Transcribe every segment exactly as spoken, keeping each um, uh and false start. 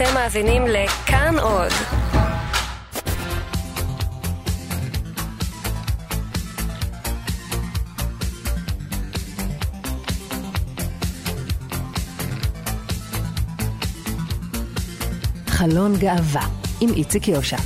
אתם מאזינים לכאן עוד. חלון גאווה עם איציק יושע.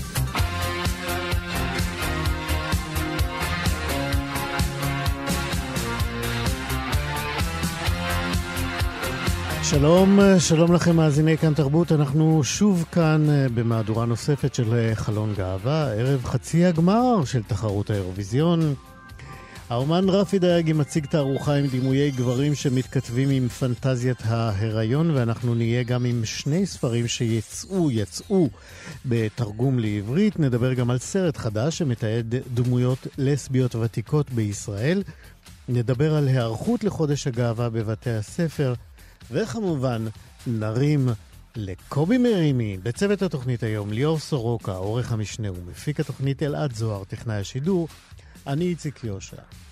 שלום, שלום לכם מאזיני כאן תרבות. אנחנו שוב כאן במהדורה נוספת של חלון גאווה, ערב חצי הגמר של תחרות האירוויזיון. האומן רפי דייגי מציג תערוכה עם דימויי גברים שמתכתבים עם פנטזיית ההיריון, ואנחנו נהיה גם עם שני ספרים שיצאו, יצאו בתרגום לעברית. נדבר גם על סרט חדש שמתעד דמויות לסביות ותיקות בישראל. נדבר על היערכות לחודש הגאווה בבתי הספר, וכמובן נרים לקובי מרימי. בצוות התוכנית היום ליאור סורוקה, עורך המשנה ומפיק התוכנית אלעד זוהר, טכנאי השידור. אני איציק יושע.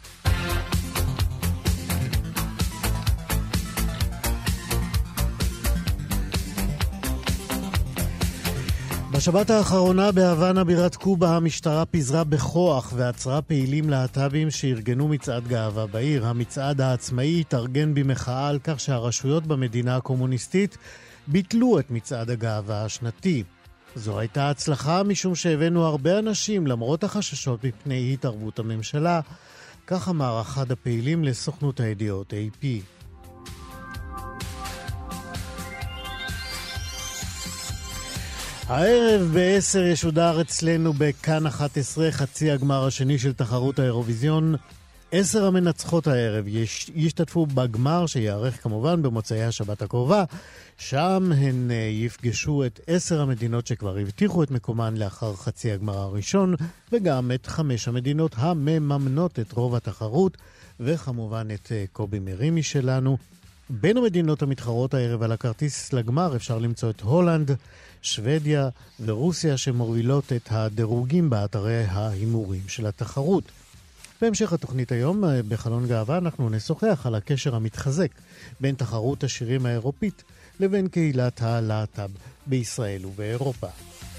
בשבת האחרונה בהוואנה בירת קובה המשטרה פיזרה בכוח ועצרה פעילים להט"בים שארגנו מצעד גאווה בעיר. המצעד העצמאי התארגן במחאה על כך שהרשויות במדינה הקומוניסטית ביטלו את מצעד הגאווה השנתי. זו הייתה הצלחה משום שהבאנו הרבה אנשים למרות החששות מפני התערבות הממשלה, כך אמר אחד הפעילים לסוכנות הידיעות איי פי. הערב בעשר ישודר אצלנו בכאן אחת עשרה חצי הגמר השני של תחרות האירוויזיון. עשר המנצחות הערב יש, ישתתפו בגמר שיערך כמובן במוצאי השבת הקרובה. שם הן יפגשו את עשר המדינות שכבר הבטיחו את מקומן לאחר חצי הגמר הראשון, וגם את חמש המדינות המממנות את רוב התחרות, וכמובן את קובי מרימי שלנו. בין המדינות המתחרות הערב על הכרטיס לגמר אפשר למצוא את הולנד, שוודיה ורוסיה שמובילות את הדירוגים באתרי ההימורים של התחרות. בהמשך התוכנית היום בחלון גאווה אנחנו נשוחח על הקשר המתחזק בין תחרות השירים האירופית לבין קהילת הלהט"ב בישראל ובאירופה.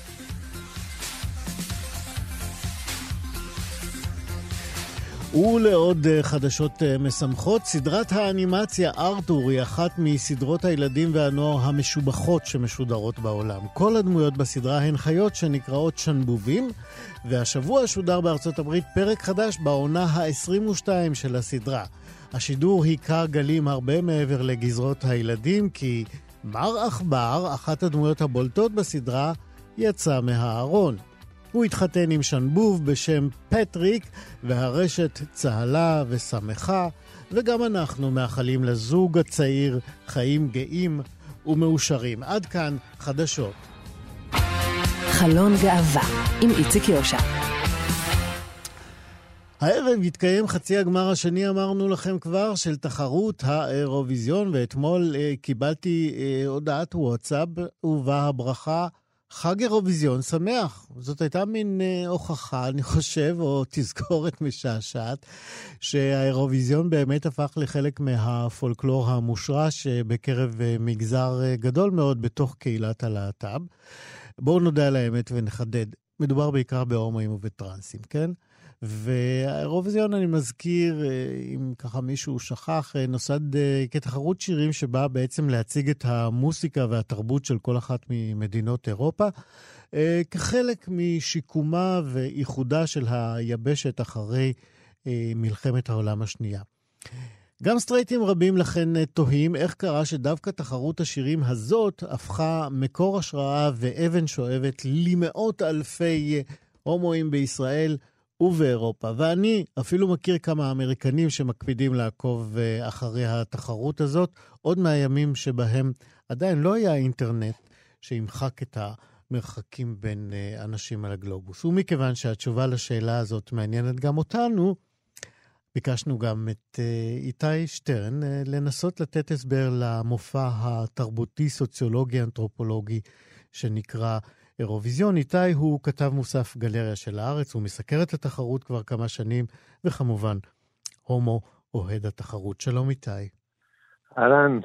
ולעוד חדשות משמחות, סדרת האנימציה ארתור היא אחת מסדרות הילדים והנוער המשובחות שמשודרות בעולם. כל הדמויות בסדרה הן חיות שנקראות שנבובים, והשבוע שודר בארצות הברית פרק חדש בעונה ה-עשרים ושתיים של הסדרה. השידור היכה גלים הרבה מעבר לגזרות הילדים, כי מר עכבר, אחת הדמויות הבולטות בסדרה, יצא מהארון. הוא התחתן עם שנבוב בשם פטריק, והרשת צהלה ושמחה, וגם אנחנו מאחלים לזוג הצעיר חיים גאים ומאושרים. עד כאן חדשות. חלון גאווה עם איציק יושע. הערב יתקיים חצי הגמר השני, אמרנו לכם כבר, של תחרות האירוויזיון, ואתמול אה, קיבלתי אה, הודעת וואטסאפ ובה הברכה חג אירוויזיון שמח. זאת הייתה מין אה, הוכחה, אני חושב, או תזכורת משעשעת, שהאירוויזיון באמת הפך לחלק מהפולקלור המושרש בקרב אה, מגזר אה, גדול מאוד בתוך קהילת הלהט"ב. בואו נודע על האמת ונחדד. מדובר בעיקר בהומואים ובטרנסים, כן? והאירוויזיון, אני מזכיר, אם ככה מישהו שכח, נוסד כתחרות שירים שבאה בעצם להציג את המוסיקה והתרבות של כל אחת ממדינות אירופה, כחלק משיקומה ואיחודה של היבשת אחרי מלחמת העולם השנייה. גם סטרייטים רבים לכן תוהים איך קרה שדווקא תחרות השירים הזאת הפכה מקור השראה ואבן שואבת למאות אלפי הומואים בישראל ובאירופה. ואני אפילו מכיר כמה אמריקנים שמקפידים לעקוב אחרי התחרות הזאת, עוד מהימים שבהם עדיין לא היה אינטרנט שימחק את המרחקים בין אנשים על הגלובוס. ומכיוון שהתשובה לשאלה הזאת מעניינת גם אותנו, ביקשנו גם את איתי שטרן לנסות לתת הסבר למופע התרבותי סוציולוגי אנתרופולוגי שנקרא אירוויזיון. איתי הוא כתב מוסף גלריה של הארץ, הוא מסקר את התחרות כבר כמה שנים, וכמובן הומו אוהד התחרות. שלום איתי. אהלן.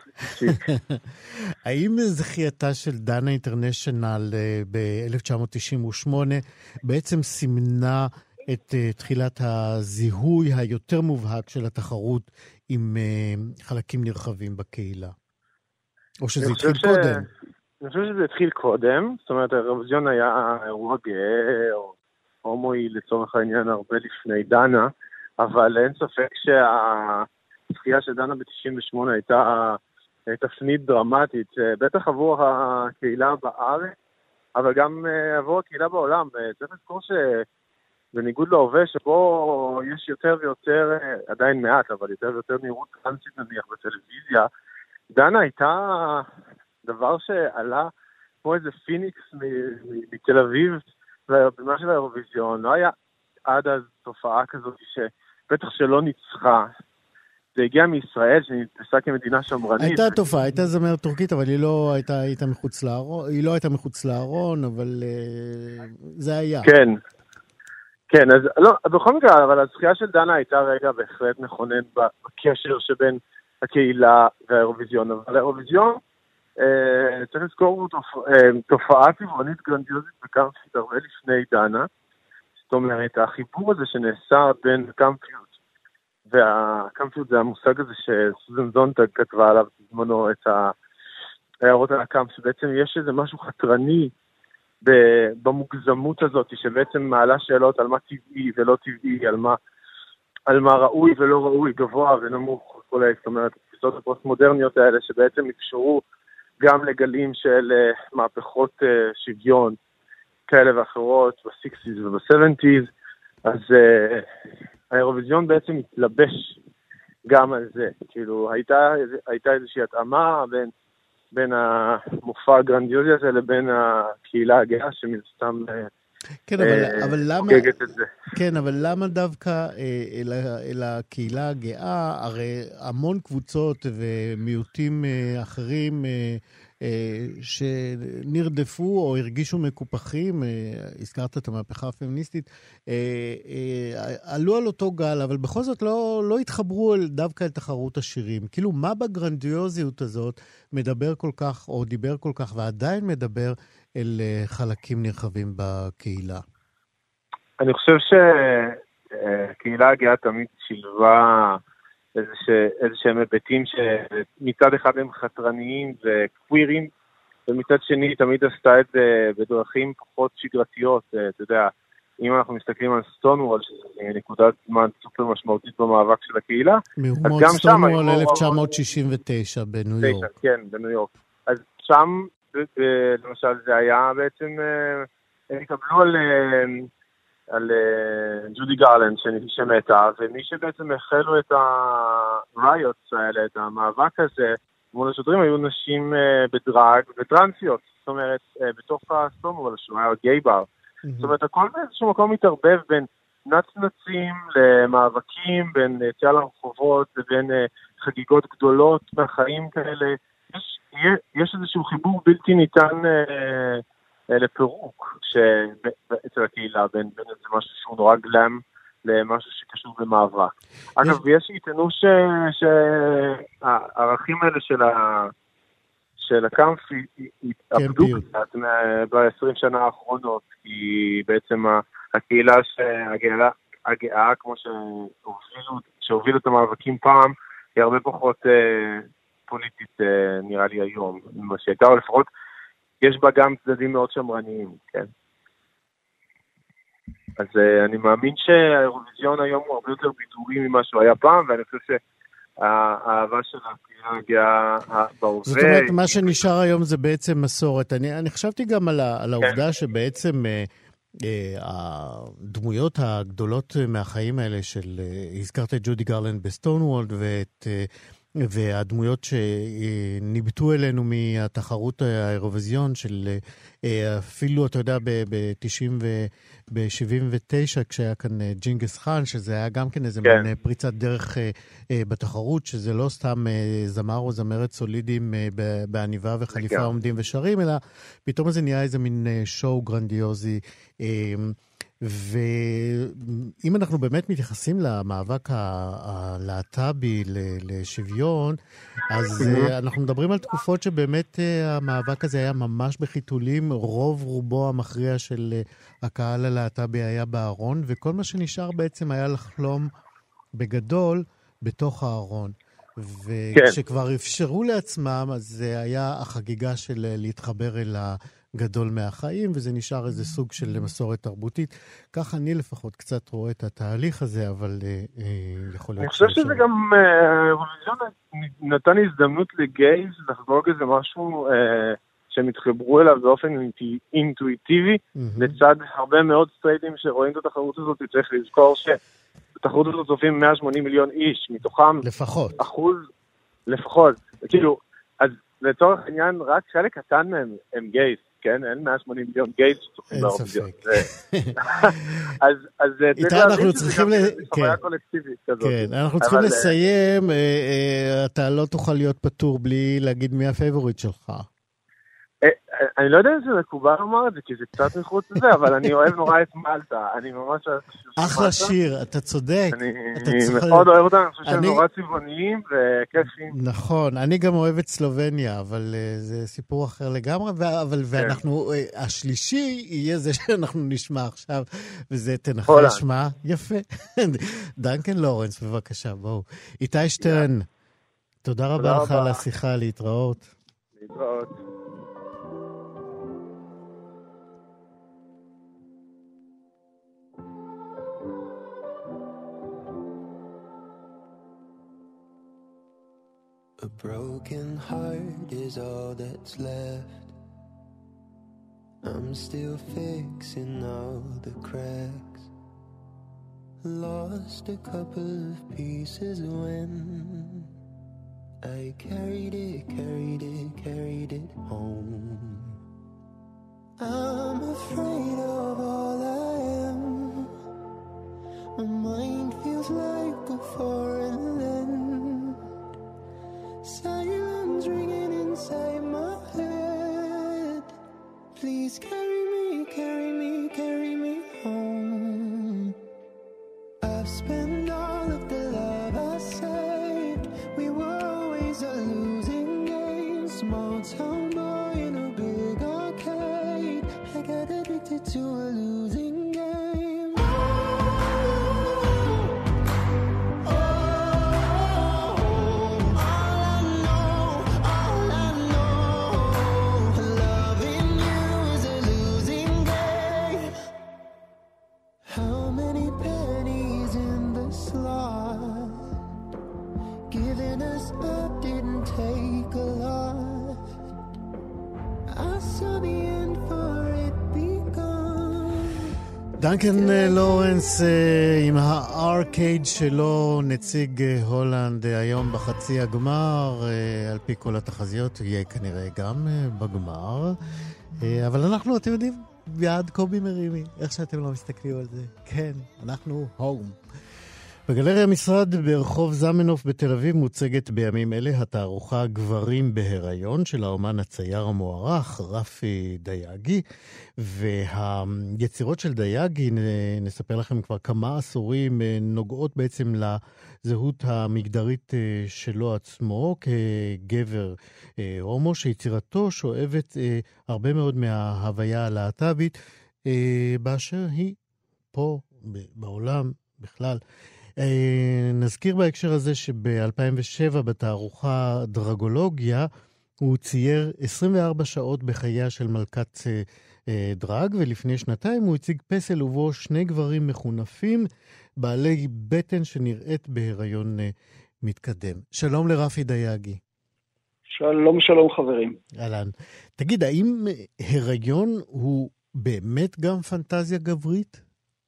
האם זכייתה של דנה אינטרנשיונל ב-אלף תשע מאות תשעים ושמונה בעצם סימנה את תחילת הזיהוי היותר מובהק של התחרות עם חלקים נרחבים בקהילה? או שזה התחיל קודם? אני חושב שזה התחיל קודם, זאת אומרת, האירוויזיון היה אירוע גאה, או הומואי לצורך העניין הרבה לפני דנה, אבל אין ספק שהזכייה של דנה ב-תשעים ושמונה הייתה תפנית דרמטית, בטח עבור הקהילה בארץ, אבל גם עבור הקהילה בעולם. צריך לזכור שבניגוד להווה שבו יש יותר ויותר, עדיין מעט, אבל יותר ויותר נראות טרנסית נניח בטלוויזיה, דנה הייתה דבר שעלה כמו איזה פיניקס מתל אביב, ובמה של האירוויזיון לא היה עד אז תופעה כזאת שבטח שלא ניצחה. זה הגיע מישראל שנתפסה כמדינה שמרנית. הייתה תופעה, הייתה זמרת טורקית, אבל היא לא הייתה, הייתה מחוץ לארון, היא לא הייתה מחוץ לארון, אבל uh, זה היה. כן, כן, אז לא, בכל מקרה, אבל הזכייה של דנה הייתה רגע בהחלט מכונן בקשר שבין הקהילה והאירוויזיון, אבל האירוויזיון, אה, צריך לזכור תופ... אה, תופעה טבעונית גרנדיוזית בקאמפיות הרבה לפני דנה, זאת אומרת, החיבור הזה שנעשה בין קאמפיות, והקאמפיות זה המושג הזה שסוזן זונטג כתבה עליו בזמנו את ההערות על הקאמפ, שבעצם יש איזה משהו חתרני במוגזמות הזאת, שבעצם מעלה שאלות על מה טבעי ולא טבעי, על מה, על מה ראוי ולא ראוי, גבוה ונמוך, כל זאת אומרת, התפיסות הפוסט-מודרניות האלה שבעצם אפשרו גם לגלים של uh, מהפכות uh, שוויון כאלה ואחרות ב-סיקסטיז וב-סבנטיז, אז uh, האירוויזיון בעצם התלבש גם על זה, כאילו הייתה, הייתה איזושהי התאמה בין, בין המופע הגרנדיוזי הזה לבין הקהילה הגאה שמן סתם כן, אבל, אבל למה, חוגגת את זה. כן, אבל למה דווקא אל, אל הקהילה הגאה? הרי המון קבוצות ומיעוטים אחרים שנרדפו או הרגישו מקופחים, הזכרת את המהפכה הפמיניסטית, עלו על אותו גל, אבל בכל זאת לא, לא התחברו דווקא אל תחרות השירים. כאילו, מה בגרנדיוזיות הזאת מדבר כל כך, או דיבר כל כך, ועדיין מדבר אל חלקים נרחבים בקהילה? אני חושב שהקהילה הגאה תמיד שילבה איזה שהם היבטים שמצד אחד הם חתרניים וקווירים, ומצד שני תמיד עשתה את זה בדרכים פחות שגרתיות. אתה יודע, אם אנחנו מסתכלים על סטונוול, שזה נקודת זמן סופר משמעותית במאבק של הקהילה, מהומות סטונוול אלף תשע מאות שישים ותשע בניו יורק. כן, בניו יורק. אז שם, למשל, זה היה בעצם, הם יקבלו על... על ג'ודי גרלנד שמתה, ומי שבעצם החלו את הריוטס האלה, את המאבק הזה, מול השוטרים היו נשים בדרג וטרנסיות, זאת אומרת, בתוך הסטונוול, שהוא היה גיי בר. זאת אומרת, הכל באיזשהו מקום מתערבב בין נצנצים למאבקים, בין יציאה לרחובות, לבין חגיגות גדולות בחיים כאלה. יש, יש איזשהו חיבור בלתי ניתן לפירוק אצל הקהילה, בין איזה משהו שהוא נורא גלם למשהו שקשור במאבק. אגב, יש שיטענו שהערכים האלה של הקאמפ התאבדו קצת ב-עשרים שנה האחרונות, כי בעצם הקהילה הגאה, כמו שהובילו את המאבקים פעם, היא הרבה פחות פוליטית נראה לי היום, מה שהייתה, או לפחות יש בה גם צדדים מאוד שמרניים, כן. אז uh, אני מאמין שהאירוויזיון היום הוא הרבה יותר בידורי ממה שהוא היה פעם, ואני חושב שהאהבה של הקהילה הגאה בהווה... זאת אומרת, מה שנשאר היום זה בעצם מסורת. אני, אני חשבתי גם על, ה, על העובדה כן. שבעצם uh, uh, הדמויות הגדולות מהחיים האלה של... Uh, הזכרת את ג'ודי גרלנד בסטונוולד ואת... Uh, והדמויות שניבטו אלינו מהתחרות האירוויזיון של אפילו, אתה יודע, ב-תשעים וב-שבעים ותשע, כשהיה כאן ג'ינגס חאן, שזה היה גם כן איזה כן. מין פריצת דרך בתחרות, שזה לא סתם זמר או זמרת סולידים בעניבה וחליפה כן. עומדים ושרים, אלא פתאום זה נהיה איזה מין שואו גרנדיוזי. ואם אנחנו באמת מתייחסים למאבק הלהט"בי לשוויון, אז אנחנו מדברים על תקופות שבאמת המאבק הזה היה ממש בחיתולים, רוב רובו המכריע של הקהל הלהט"בי היה בארון, וכל מה שנשאר בעצם היה לחלום בגדול בתוך הארון. וכשכבר אפשרו לעצמם, אז זה היה החגיגה של להתחבר אל הגדול מהחיים, וזה נשאר איזה סוג של מסורת תרבותית. כך אני לפחות קצת רואה את התהליך הזה, אבל אה, יכול להיות... אני חושב שזה גם, האירוויזיון נתן הזדמנות לגייז לחגוג איזה משהו אה, שהם התחברו אליו באופן אינטואיטיבי, לצד הרבה מאוד סטרייטים שרואים את התחרות הזאת, צריך לזכור ש... בתחרות הזאת צופים מאה ושמונים מיליון איש, מתוכם... לפחות. אחוז, לפחות. כאילו, אז לצורך העניין, רק חלק קטן מהם הם גייס, כן? אין מאה ושמונים מיליון גייס שצופים באירוויזיון. אין ספק. אז, אז... איתה אנחנו צריכים... חוויה קולקטיבית כזאת. כן, אנחנו צריכים לסיים. אתה לא תוכל להיות פטור בלי להגיד מי הפייבוריט שלך. אני לא יודע אם זה מקובל לומר את זה, כי זה קצת מחוץ לזה, אבל אני אוהב נורא את מלטה. אני ממש... אחלה שיר, אתה צודק. אני מאוד אוהב אותם, אני חושב שהם נורא צבעוניים וכיפים. נכון, אני גם אוהב את סלובניה, אבל זה סיפור אחר לגמרי, ואנחנו, השלישי יהיה זה שאנחנו נשמע עכשיו, וזה תנחש מה? יפה. דנקן לורנס, בבקשה, בואו. איתי שטרן, תודה רבה לך על השיחה, להתראות. להתראות. A broken heart is all that's left. I'm still fixing all the cracks. Lost a couple of pieces when I carried it, carried it, carried it home. I'm afraid of all I am. My mind feels like a foreign land. Silence ringing inside my head. Please carry me, carry me, carry me home. I've spent all of the love I saved. We were always a losing game. Small town boy in a big arcade. I got addicted to a losing game. דנקן לורנס עם הארקייד שלו, נציג הולנד היום בחצי הגמר, על פי כל התחזיות יהיה כנראה גם בגמר, אבל אנחנו, אתם יודעים, ביד קובי מרימי, איך שאתם לא מסתכלים על זה, כן, אנחנו הום. בגלריה המשרד ברחוב זמנוף בתל אביב מוצגת בימים אלה התערוכה גברים בהיריון של האומן הצייר המוערך רפי דייגי, והיצירות של דייגי, נספר לכם כבר כמה עשורים, נוגעות בעצם לזהות המגדרית שלו עצמו כגבר הומו, שיצירתו שואבת הרבה מאוד מההוויה הלהט"בית באשר היא פה בעולם בכלל. נזכיר בהקשר הזה שב-אלפיים ושבע בתערוכה דרגולוגיה הוא צייר עשרים וארבע שעות בחייה של מלכת דרג, ולפני שנתיים הוא הציג פסל ובו שני גברים מחונפים בעלי בטן שנראית בהיריון מתקדם. שלום לרפי דייגי. שלום שלום חברים. אהלן. תגיד, האם הריון הוא באמת גם פנטזיה גברית?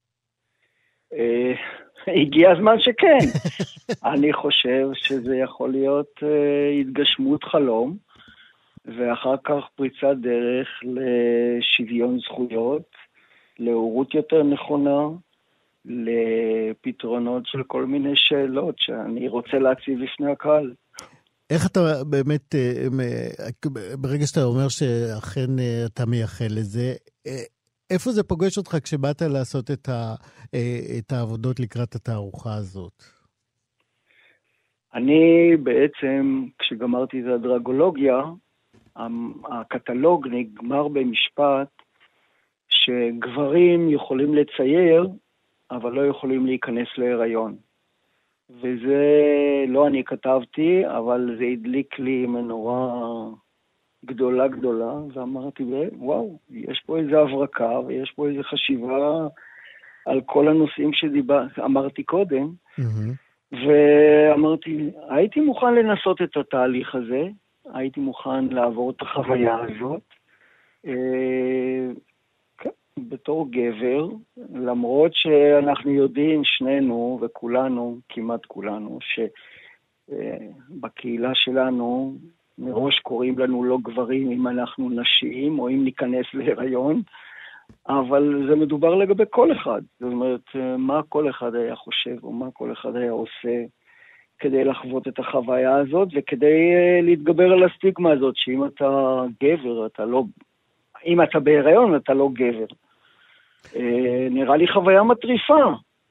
הגיע הזמן שכן. אני חושב שזה יכול להיות uh, התגשמות חלום, ואחר כך פריצת דרך לשוויון זכויות, להורות יותר נכונה, לפתרונות של כל מיני שאלות שאני רוצה להציב בפני הקהל. איך אתה באמת, ברגע שאתה אומר שאכן אתה מייחל לזה, איפה זה פוגש אותך כשבאת לעשות את, ה, את העבודות לקראת התערוכה הזאת? אני בעצם, כשגמרתי את הדרגולוגיה, הקטלוג נגמר במשפט שגברים יכולים לצייר, אבל לא יכולים להיכנס להיריון. וזה לא אני כתבתי, אבל זה הדליק לי מנורה גדולה גדולה, ואמרתי, וואו, יש פה איזו הברקה, ויש פה איזו חשיבה על כל הנושאים שאמרתי קודם, mm-hmm. ואמרתי, הייתי מוכן לנסות את התהליך הזה, הייתי מוכן לעבור את החוויה הזאת, בתור גבר, למרות שאנחנו יודעים שנינו וכולנו, כמעט כולנו, שבקהילה שלנו מראש קוראים לנו לא גברים אם אנחנו נשים או אם ניכנס להיריון, אבל זה מדובר לגבי כל אחד. זאת אומרת, מה כל אחד היה חושב או מה כל אחד היה עושה כדי לחוות את החוויה הזאת וכדי להתגבר על הסטיגמה הזאת, שאם אתה גבר, אתה לא, אם אתה בהיריון, אתה לא גבר. נראה לי חוויה מטריפה.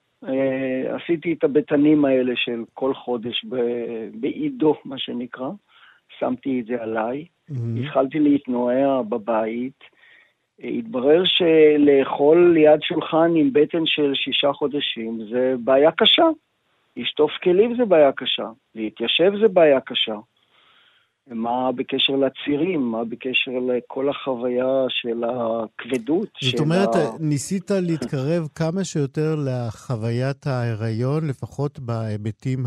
עשיתי את הבטנים האלה של כל חודש בעידו, מה שנקרא. שמתי את זה עליי. התחלתי להתנועע בבית. התברר שלאכול ליד שולחן עם בטן של שישה חודשים זה בעיה קשה. לשטוף כלים זה בעיה קשה. להתיישב זה בעיה קשה. מה בקשר לצירים, מה בקשר לכל החוויה של הכבדות. זאת אומרת, ה... ניסית להתקרב כמה שיותר לחוויית ההיריון, לפחות בהיבטים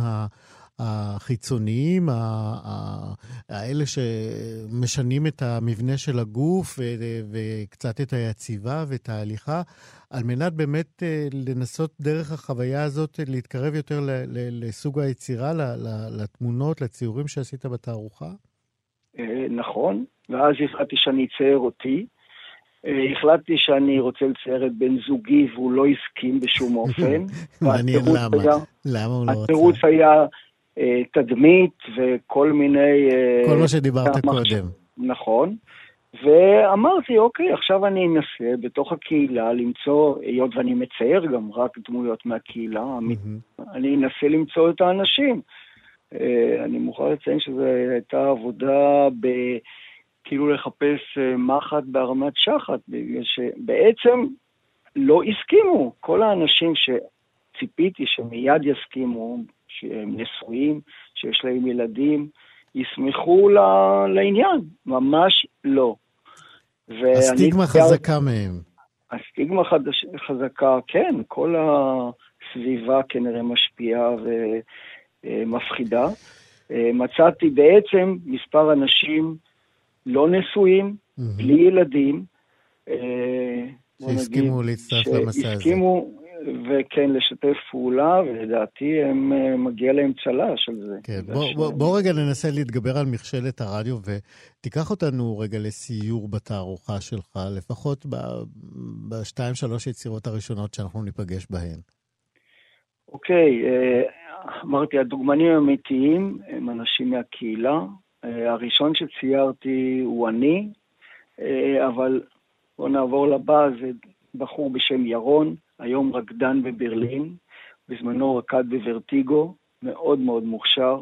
החיצוניים, האלה שמשנים את המבנה של הגוף וקצת את היציבה ואת ההליכה, על מנת באמת לנסות דרך החוויה הזאת להתקרב יותר לסוג היצירה, לתמונות, לציורים שעשית בתערוכה? נכון, ואז החלטתי שאני אצייר אותי, החלטתי שאני רוצה לצייר את בן זוגי והוא לא הסכים בשום אופן. מעניין למה, למה הוא לא רצה? התירוץ היה תדמית וכל מיני... כל מה שדיברת קודם. נכון. ואמרתי, אוקיי, עכשיו אני אנסה בתוך הקהילה למצוא, היות ואני מצייר גם רק דמויות מהקהילה, אני אנסה למצוא את האנשים. אני מוכרח לציין שזו הייתה עבודה ב... כאילו לחפש מחט בהרמת שחת, בגלל שבעצם לא הסכימו. כל האנשים שציפיתי שמיד יסכימו, שהם נשואים, שיש להם ילדים, ישמחו לעניין. ממש לא. הסטיגמה חזקה מהם. הסטיגמה חזקה, כן. כל הסביבה כנראה משפיעה ומפחידה. מצאתי בעצם מספר אנשים לא נשואים, בלי ילדים. שהסכימו להצטרף למסע הזה. שהסכימו, וכן, לשתף פעולה, ולדעתי הם מגיע להם צל"ש על זה. כן, בוא, בוא, בוא רגע ננסה להתגבר על מכשלת הרדיו, ותיקח אותנו רגע לסיור בתערוכה שלך, לפחות בשתיים שלוש יצירות הראשונות שאנחנו ניפגש בהן. אוקיי, אמרתי, הדוגמנים האמיתיים הם אנשים מהקהילה. הראשון שציירתי הוא אני, אבל בוא נעבור לבא, זה בחור בשם ירון, היום רקדן בברלין, בזמנו רקד בוורטיגו, מאוד מאוד מוכשר.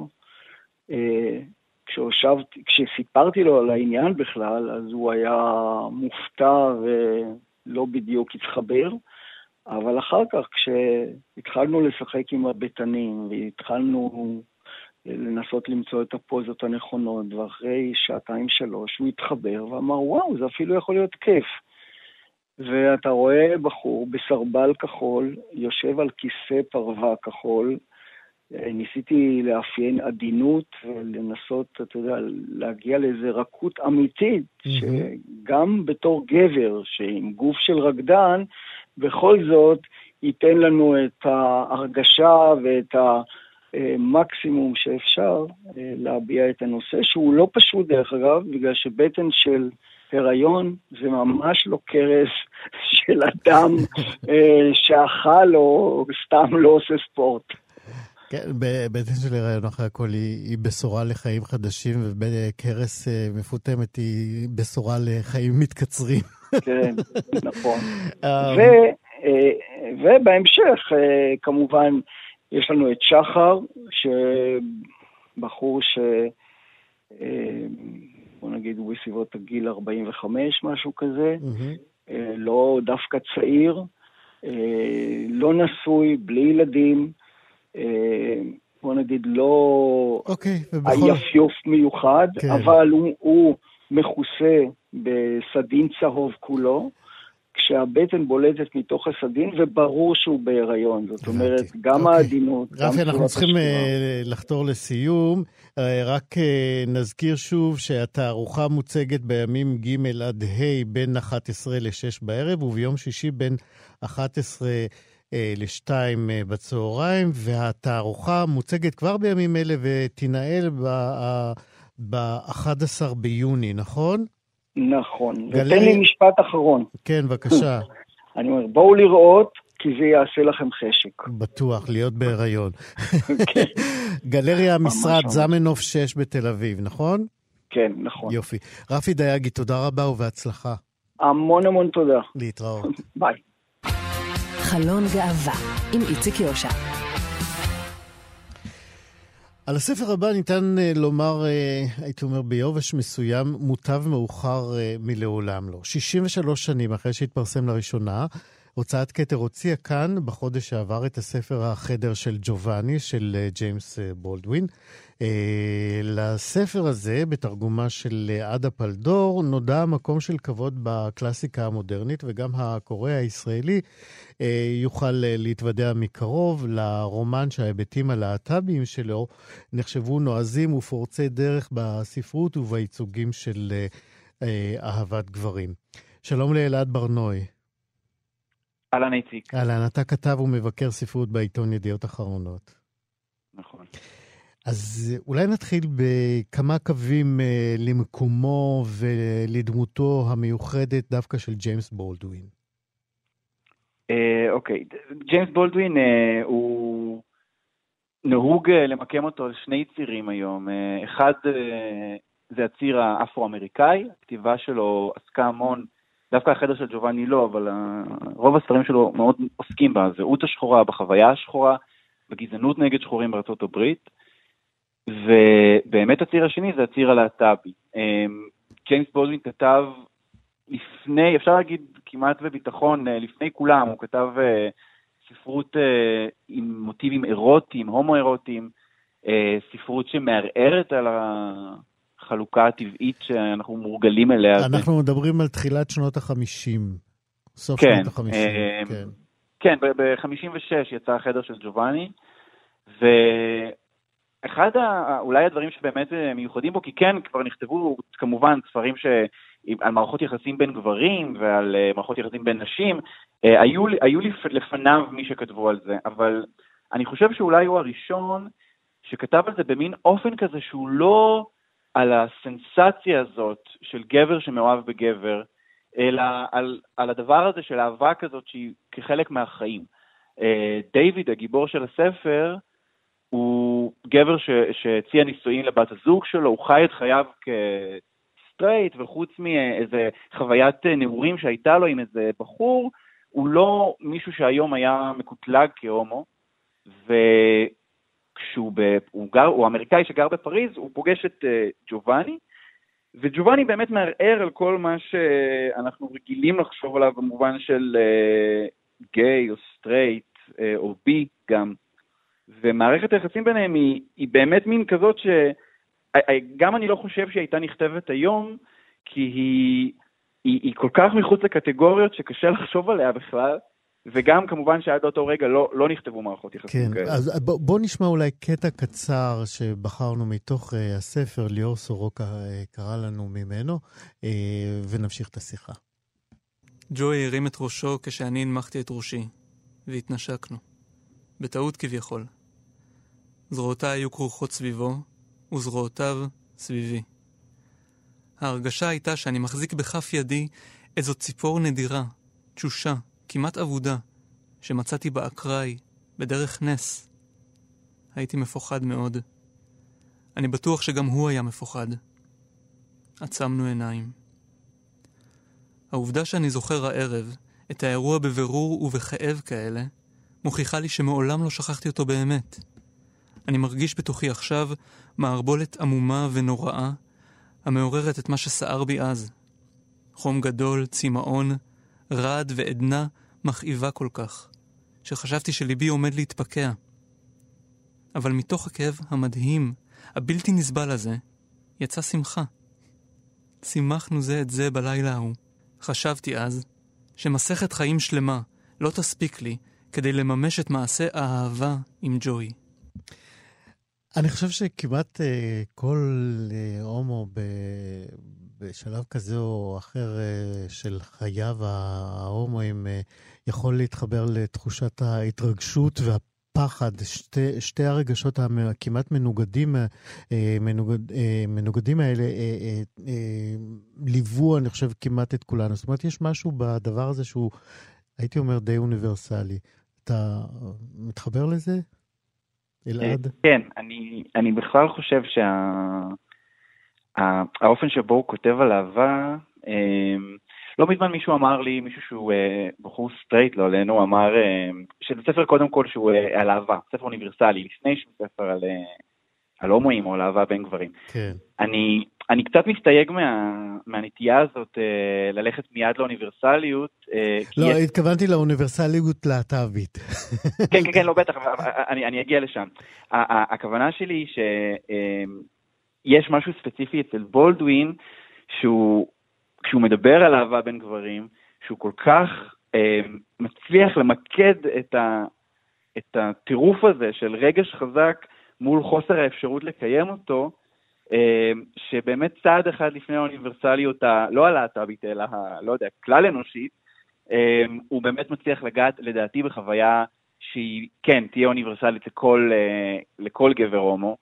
כשהושבתי, כשסיפרתי לו על העניין בכלל, אז הוא היה מופתע ולא בדיוק התחבר, אבל אחר כך כשהתחלנו לשחק עם הבטנים, והתחלנו לנסות למצוא את הפוזות הנכונות, ואחרי שעתיים שלוש הוא התחבר ואמר, וואו, זה אפילו יכול להיות כיף. ואתה רואה בחור בסרבל כחול, יושב על כיסא פרווה כחול, ניסיתי לאפיין עדינות ולנסות, אתה יודע, להגיע לאיזה רכות אמיתית, mm-hmm. שגם בתור גבר, שעם גוף של רקדן, בכל זאת ייתן לנו את ההרגשה ואת המקסימום שאפשר להביע את הנושא, שהוא לא פשוט דרך אגב, בגלל שבטן של הריון זה ממש לא קרס של אדם שאכל או סתם לא עושה ספורט. כן, בטן של הריון אחרי הכל היא, היא בשורה לחיים חדשים, ובקרס מפותמת היא בשורה לחיים מתקצרים. כן, נכון. ו- ובהמשך, כמובן, יש לנו את שחר, שבחור ש... בוא נגיד, הוא בסביבות הגיל ארבעים וחמש, משהו כזה, לא דווקא צעיר, לא נשוי, בלי ילדים, בוא נגיד, לא היפיוף מיוחד, אבל הוא מכוסה בסדין צהוב כולו, כשהבטן בולטת מתוך הסדין, וברור שהוא בהיריון. זאת אומרת, גם העדינות... רפי, אנחנו צריכים לחתור לסיום. רק נזכיר שוב שהתערוכה מוצגת בימים ג' עד ה' בין אחת עשרה לשש בערב, וביום שישי בין אחת עשרה לשתיים בצהריים, והתערוכה מוצגת כבר בימים אלה ותנהל ב-אחד עשר ביוני, נכון? נכון. ותן לי משפט אחרון. כן, בבקשה. אני אומר, בואו לראות, כי זה יעשה לכם חשק. בטוח, להיות בהיריון. גלריה המשרד זמנוף שש בתל אביב, נכון? כן, נכון. יופי. רפי דייגי, תודה רבה ובהצלחה. המון המון תודה. להתראות. ביי. חלון גאווה, עם איציק יושע. על הספר הבא ניתן לומר, הייתי אומר, ביובש מסוים, מוטב מאוחר מלעולם לא. שישים ושלוש שנים אחרי שהתפרסם לראשונה, הוצאת כתר הוציאה כאן בחודש שעבר את הספר החדר של ג'ובאני, של ג'יימס בולדווין. לספר הזה, בתרגומה של עדה פלדור, נודע המקום של כבוד בקלאסיקה המודרנית, וגם הקורא הישראלי יוכל להתוודע מקרוב לרומן שההיבטים הלהט"ביים שלו נחשבו נועזים ופורצי דרך בספרות ובייצוגים של אהבת גברים. שלום לאלעד ברנוי. אהלן איציק. אהלן, אתה כתב ומבקר ספרות בעיתון ידיעות אחרונות. נכון. אז אולי נתחיל בכמה קווים אה, למקומו ולדמותו המיוחדת דווקא של ג'יימס בולדווין. אה, אוקיי, ג'יימס בולדווין אה, הוא נהוג אה, למקם אותו על שני צירים היום. אה, אחד אה, זה הציר האפרו-אמריקאי, הכתיבה שלו עסקה המון, דווקא החדר של ג'ובאני לא, אבל uh, רוב הספרים שלו מאוד עוסקים בזהות השחורה, בחוויה השחורה, בגזענות נגד שחורים בארצות הברית, ובאמת הציר השני זה הציר הלהט"בי. Um, ג'יימס בולדווין כתב לפני, אפשר להגיד כמעט בביטחון, uh, לפני כולם, הוא כתב uh, ספרות uh, עם מוטיבים אירוטיים, הומו-אירוטיים, uh, ספרות שמערערת על ה... חלוקה הטבעית שאנחנו מורגלים אליה. אנחנו מדברים על תחילת שנות החמישים, סוף שנות החמישים. כן, כן, ב-חמישים ושש יצא החדר של ג'ובאני, ואחד אולי הדברים שבאמת מיוחדים בו, כי כן, כבר נכתבו כמובן ספרים על מערכות יחסים בין גברים ועל מערכות יחסים בין נשים, היו, היו לפניו מי שכתבו על זה, אבל אני חושב שאולי הוא הראשון שכתב על זה במין אופן כזה שהוא לא... על הסנסציה הזאת של גבר שמאוהב בגבר, אלא על, על הדבר הזה של אהבה כזאת שהיא כחלק מהחיים. דיוויד, הגיבור של הספר, הוא גבר ש, שהציע נישואים לבת הזוג שלו, הוא חי את חייו כסטרייט, וחוץ מאיזה חוויית נעורים שהייתה לו עם איזה בחור, הוא לא מישהו שהיום היה מקוטלג כהומו, ו... כשהוא ב... הוא, גר... הוא אמריקאי שגר בפריז, הוא פוגש את uh, ג'ובאני, וג'ובאני באמת מערער על כל מה שאנחנו רגילים לחשוב עליו במובן של uh, גיי או סטרייט uh, או בי גם, ומערכת היחסים ביניהם היא, היא באמת מין כזאת שגם אני לא חושב שהיא הייתה נכתבת היום, כי היא, היא, היא כל כך מחוץ לקטגוריות שקשה לחשוב עליה בכלל, וגם כמובן שעד אותו רגע לא, לא נכתבו מערכות יחסים כן, כאלה. אז בוא, בוא נשמע אולי קטע קצר שבחרנו מתוך uh, הספר, ליאור סורוקה uh, קרא לנו ממנו, uh, ונמשיך את השיחה. ג'וי הרים את ראשו כשאני הנמכתי את ראשי, והתנשקנו. בטעות כביכול. זרועותיי היו כרוכות סביבו, וזרועותיו סביבי. ההרגשה הייתה שאני מחזיק בכף ידי איזו ציפור נדירה, תשושה, כמעט עבודה, שמצאתי באקראי, בדרך נס. הייתי מפוחד מאוד. אני בטוח שגם הוא היה מפוחד. עצמנו עיניים. העובדה שאני זוכר הערב את האירוע בבירור ובכאב כאלה, מוכיחה לי שמעולם לא שכחתי אותו באמת. אני מרגיש בתוכי עכשיו מערבולת עמומה ונוראה, המעוררת את מה שסער בי אז. חום גדול, צמאון, רעד ועדנה מכאיבה כל כך, שחשבתי שליבי עומד להתפקע. אבל מתוך הכאב המדהים, הבלתי נסבל הזה, יצא שמחה. שימחנו זה את זה בלילה ההוא. חשבתי אז שמסכת חיים שלמה לא תספיק לי כדי לממש את מעשה האהבה עם ג'וי. אני חושב שכמעט uh, כל uh, הומו ב... בשלב כזה או אחר uh, של חייו ההומואים uh, יכול להתחבר לתחושת ההתרגשות והפחד, שתי, שתי הרגשות הכמעט מנוגדים, uh, מנוגד, uh, מנוגדים האלה uh, uh, uh, ליוו, אני חושב, כמעט את כולנו. זאת אומרת, יש משהו בדבר הזה שהוא, הייתי אומר, די אוניברסלי. אתה מתחבר לזה? אלעד? כן, אני, אני בכלל חושב שהאופן שבו הוא כותב על אהבה, לא מזמן מישהו אמר לי, מישהו שהוא בחור סטרייט, לא עלינו, אמר שזה ספר קודם כל שהוא על אהבה, ספר אוניברסלי, לפני שהוא ספר על, על הומואים או על אהבה בין גברים. כן. אני, אני קצת מסתייג מה, מהנטייה הזאת ללכת מיד לאוניברסליות. לא, יש... התכוונתי לאוניברסליות להט"בית. כן, כן, כן, לא בטח, אני, אני אגיע לשם. הכוונה שלי היא שיש משהו ספציפי אצל בולדווין, שהוא, כשהוא מדבר על אהבה בין גברים, שהוא כל כך מצליח למקד את, ה, את הטירוף הזה של רגש חזק מול חוסר האפשרות לקיים אותו, שבאמת צעד אחד לפני האוניברסליות, לא הלהט"בית, אלא, לא יודע, כלל אנושית, הוא באמת מצליח לגעת, לדעתי, בחוויה שהיא, כן, תהיה אוניברסלית לכל, לכל גבר הומו.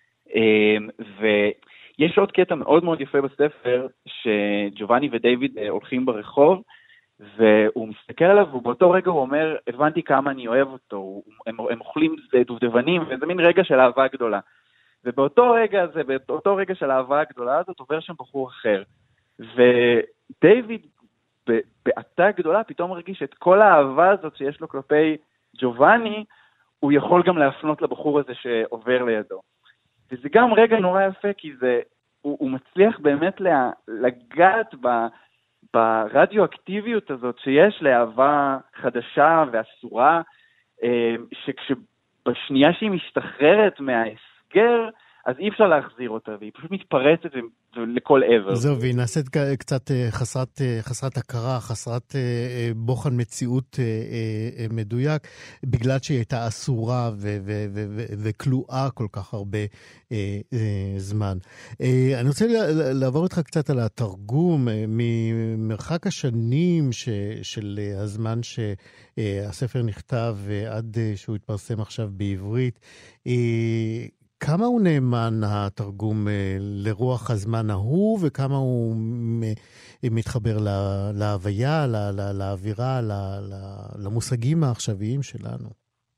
ויש עוד קטע מאוד מאוד יפה בספר, שג'ובאני ודייוויד הולכים ברחוב, והוא מסתכל עליו, ובאותו רגע הוא אומר, הבנתי כמה אני אוהב אותו, הם, הם אוכלים דובדבנים, וזה מין רגע של אהבה גדולה. ובאותו רגע הזה, באותו רגע של האהבה הגדולה הזאת, עובר שם בחור אחר. ודייוויד, בעתה גדולה, פתאום מרגיש את כל האהבה הזאת שיש לו כלפי ג'ובאני, הוא יכול גם להפנות לבחור הזה שעובר לידו. וזה גם רגע נורא יפה, כי זה, הוא, הוא מצליח באמת לה, לגעת ב, ברדיואקטיביות הזאת שיש לאהבה חדשה ואסורה, שכשבשנייה שהיא משתחררת מההסגר, אז אי אפשר להחזיר אותה, והיא פשוט מתפרצת לכל עבר. זהו, והיא נעשית קצת חסרת, חסרת הכרה, חסרת בוחן מציאות מדויק, בגלל שהיא הייתה אסורה וכלואה כל כך הרבה זמן. אני רוצה לעבור איתך קצת על התרגום, ממרחק השנים של הזמן שהספר נכתב עד שהוא התפרסם עכשיו בעברית, כמה הוא נאמן התרגום לרוח הזמן ההוא, וכמה הוא מתחבר להוויה, לאווירה, למושגים העכשוויים שלנו?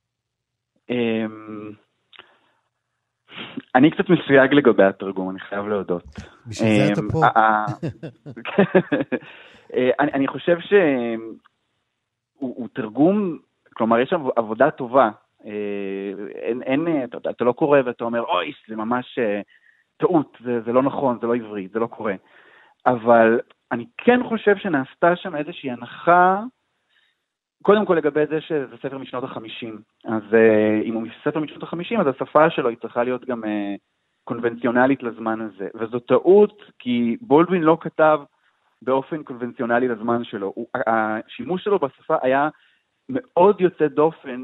אני קצת מסויג לגבי התרגום, אני חייב להודות. בשביל זה אתה פה. אני חושב שהוא תרגום, כלומר יש עבודה טובה, אין, אין, אתה, אתה לא קורא ואתה אומר, אוי, זה ממש טעות, זה, זה לא נכון, זה לא עברית, זה לא קורה. אבל אני כן חושב שנעשתה שם איזושהי הנחה, קודם כל לגבי זה שזה ספר משנות החמישים. אז אם הוא ספר משנות החמישים, אז השפה שלו היא צריכה להיות גם קונבנציונלית לזמן הזה. וזו טעות, כי בולדווין לא כתב באופן קונבנציונלי לזמן שלו. הוא, השימוש שלו בשפה היה מאוד יוצא דופן,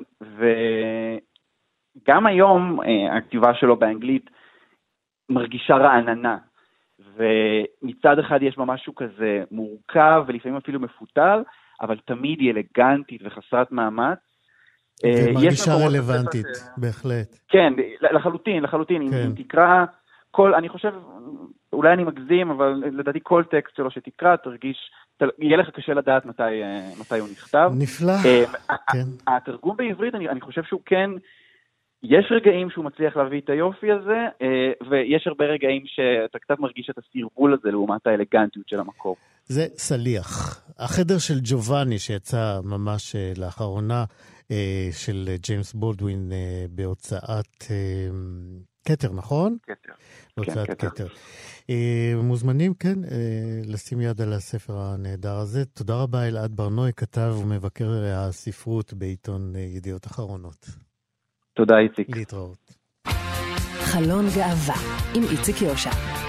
וגם היום הכתיבה שלו באנגלית מרגישה רעננה, ומצד אחד יש בה משהו כזה מורכב, ולפעמים אפילו מפותל, אבל תמיד היא אלגנטית וחסרת מאמץ. ומרגישה רלוונטית, בהחלט. כן, לחלוטין, לחלוטין. אם תקרא כל, אני חושב, אולי אני מגזים, אבל לדעתי כל טקסט שלו שתקרא, תרגיש, יהיה לך קשה לדעת מתי, מתי הוא נכתב. נפלא. כן. התרגום בעברית, אני, אני חושב שהוא כן, יש רגעים שהוא מצליח להביא את היופי הזה, ויש הרבה רגעים שאתה קצת מרגיש את הסרבול הזה לעומת האלגנטיות של המקור. זה סליח. החדר של ג'ובאני שיצא ממש לאחרונה, של ג'יימס בולדווין בהוצאת קטר, נכון? קטר. בהוצאת כן, קטר. מוזמנים, כן, לשים יד על הספר הנהדר הזה. תודה רבה, אלעד ברנועי, כתב ומבקר הספרות בעיתון ידיעות אחרונות. תודה, איציק. להתראות. חלון גאווה עם איציק יושע.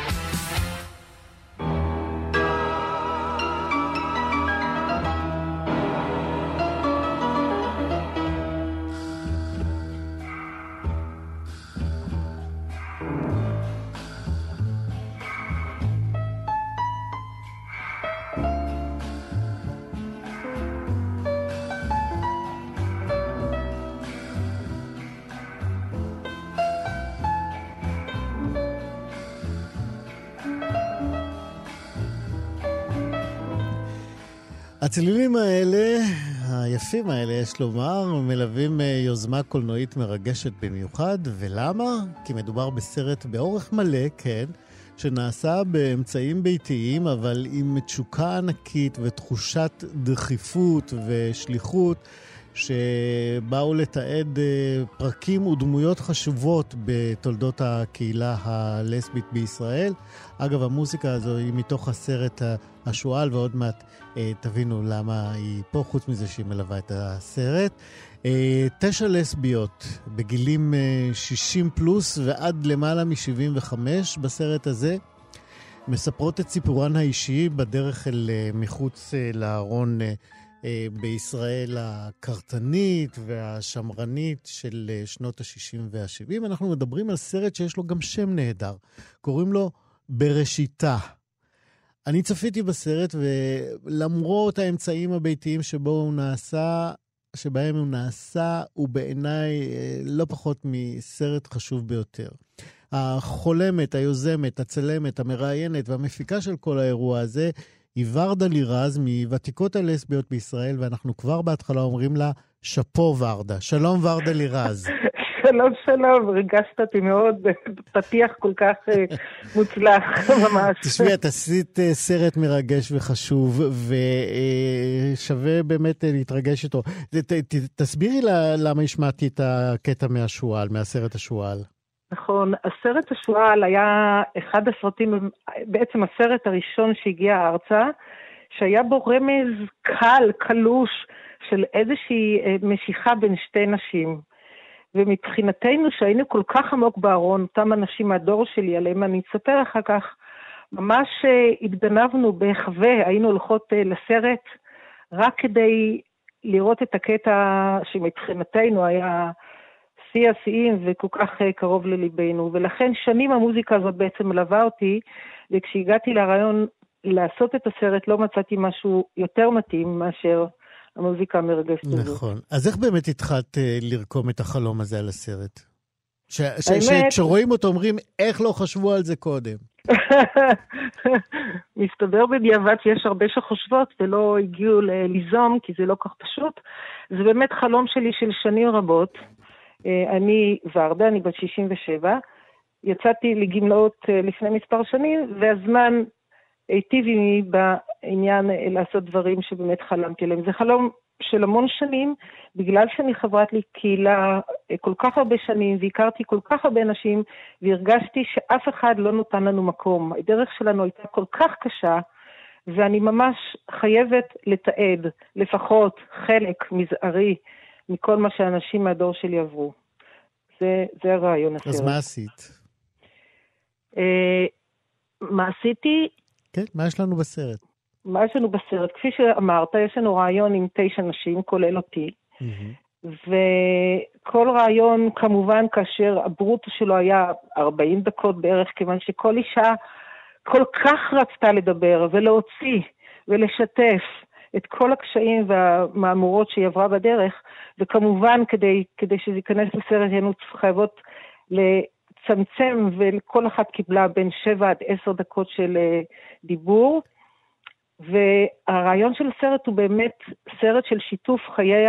הצלילים האלה, היפים האלה, יש לומר, מלווים יוזמה קולנועית מרגשת במיוחד, ולמה? כי מדובר בסרט באורך מלא, כן, שנעשה באמצעים ביתיים, אבל עם תשוקה ענקית ותחושת דחיפות ושליחות, שבאו לתעד פרקים ודמויות חשובות בתולדות הקהילה הלסבית בישראל. אגב, המוזיקה הזו היא מתוך הסרט השועל, ועוד מעט תבינו למה היא פה, חוץ מזה שהיא מלווה את הסרט. תשע לסביות בגילים שישים פלוס ועד למעלה מ-שבעים וחמש בסרט הזה, מספרות את סיפורן האישי בדרך אל מחוץ לארון בישראל הקרטנית והשמרנית של שנות ה-שישים וה-שבעים. אנחנו מדברים על סרט שיש לו גם שם נהדר. קוראים לו בראשיתה. אני צפיתי בסרט, ולמרות האמצעים הביתיים שבו הוא נעשה, שבהם הוא נעשה, הוא בעיניי לא פחות מסרט חשוב ביותר. החולמת, היוזמת, הצלמת, המראיינת והמפיקה של כל האירוע הזה, היא ורדה לירז מוותיקות הלסביות בישראל, ואנחנו כבר בהתחלה אומרים לה, שפו ורדה. שלום ורדה לירז. שלום שלום, ריגשת אותי מאוד, פתיח כל כך מוצלח ממש. תשמעי, את עשית סרט מרגש וחשוב, ושווה באמת להתרגש איתו. תסבירי למה השמעתי את הקטע מהשועל, מהסרט השועל. נכון, הסרט השועל היה אחד הסרטים, בעצם הסרט הראשון שהגיע ארצה, שהיה בו רמז קל, קלוש, של איזושהי משיכה בין שתי נשים. ומבחינתנו שהיינו כל כך עמוק בארון, אותם אנשים מהדור שלי, עליהם אני אספר אחר כך, ממש התגנבנו בהחווה, היינו הולכות לסרט, רק כדי לראות את הקטע שמבחינתנו היה שיא השיאים וכל כך קרוב לליבנו, ולכן שנים המוזיקה הזאת בעצם מלווה אותי, וכשהגעתי לרעיון לעשות את הסרט לא מצאתי משהו יותר מתאים מאשר המוזיקה המרגשת הזאת. נכון. אז איך באמת התחלת לרקום את החלום הזה על הסרט? שכשרואים אותו אומרים, איך לא חשבו על זה קודם? מסתבר בדיעבד שיש הרבה שחושבות ולא הגיעו ליזום, כי זה לא כך פשוט. זה באמת חלום שלי של שנים רבות. אני ורדה, אני בת שישים ושבע, יצאתי לגמלאות לפני מספר שנים, והזמן היטיב עימי בעניין לעשות דברים שבאמת חלמתי עליהם. זה חלום של המון שנים, בגלל שאני חברת לי קהילה כל כך הרבה שנים, והכרתי כל כך הרבה אנשים, והרגשתי שאף אחד לא נותן לנו מקום. הדרך שלנו הייתה כל כך קשה, ואני ממש חייבת לתעד לפחות חלק מזערי מכל מה שאנשים מהדור שלי עברו. זה, זה הרעיון הסרט. אז מה עשית? אה, מה עשיתי? כן, מה יש לנו בסרט? מה יש לנו בסרט? כפי שאמרת, יש לנו רעיון עם תשע נשים, כולל אותי. Mm-hmm. וכל רעיון, כמובן, כאשר הברוטו שלו היה ארבעים דקות בערך, כיוון שכל אישה כל כך רצתה לדבר ולהוציא ולשתף את כל הקשיים והמאמורות שהיא עברה בדרך, וכמובן, כדי, כדי שזה ייכנס לסרט, היינו חייבות לצמצם, וכל אחת קיבלה בין שבע עד עשר דקות של דיבור, והרעיון של הסרט הוא באמת סרט של שיתוף חיי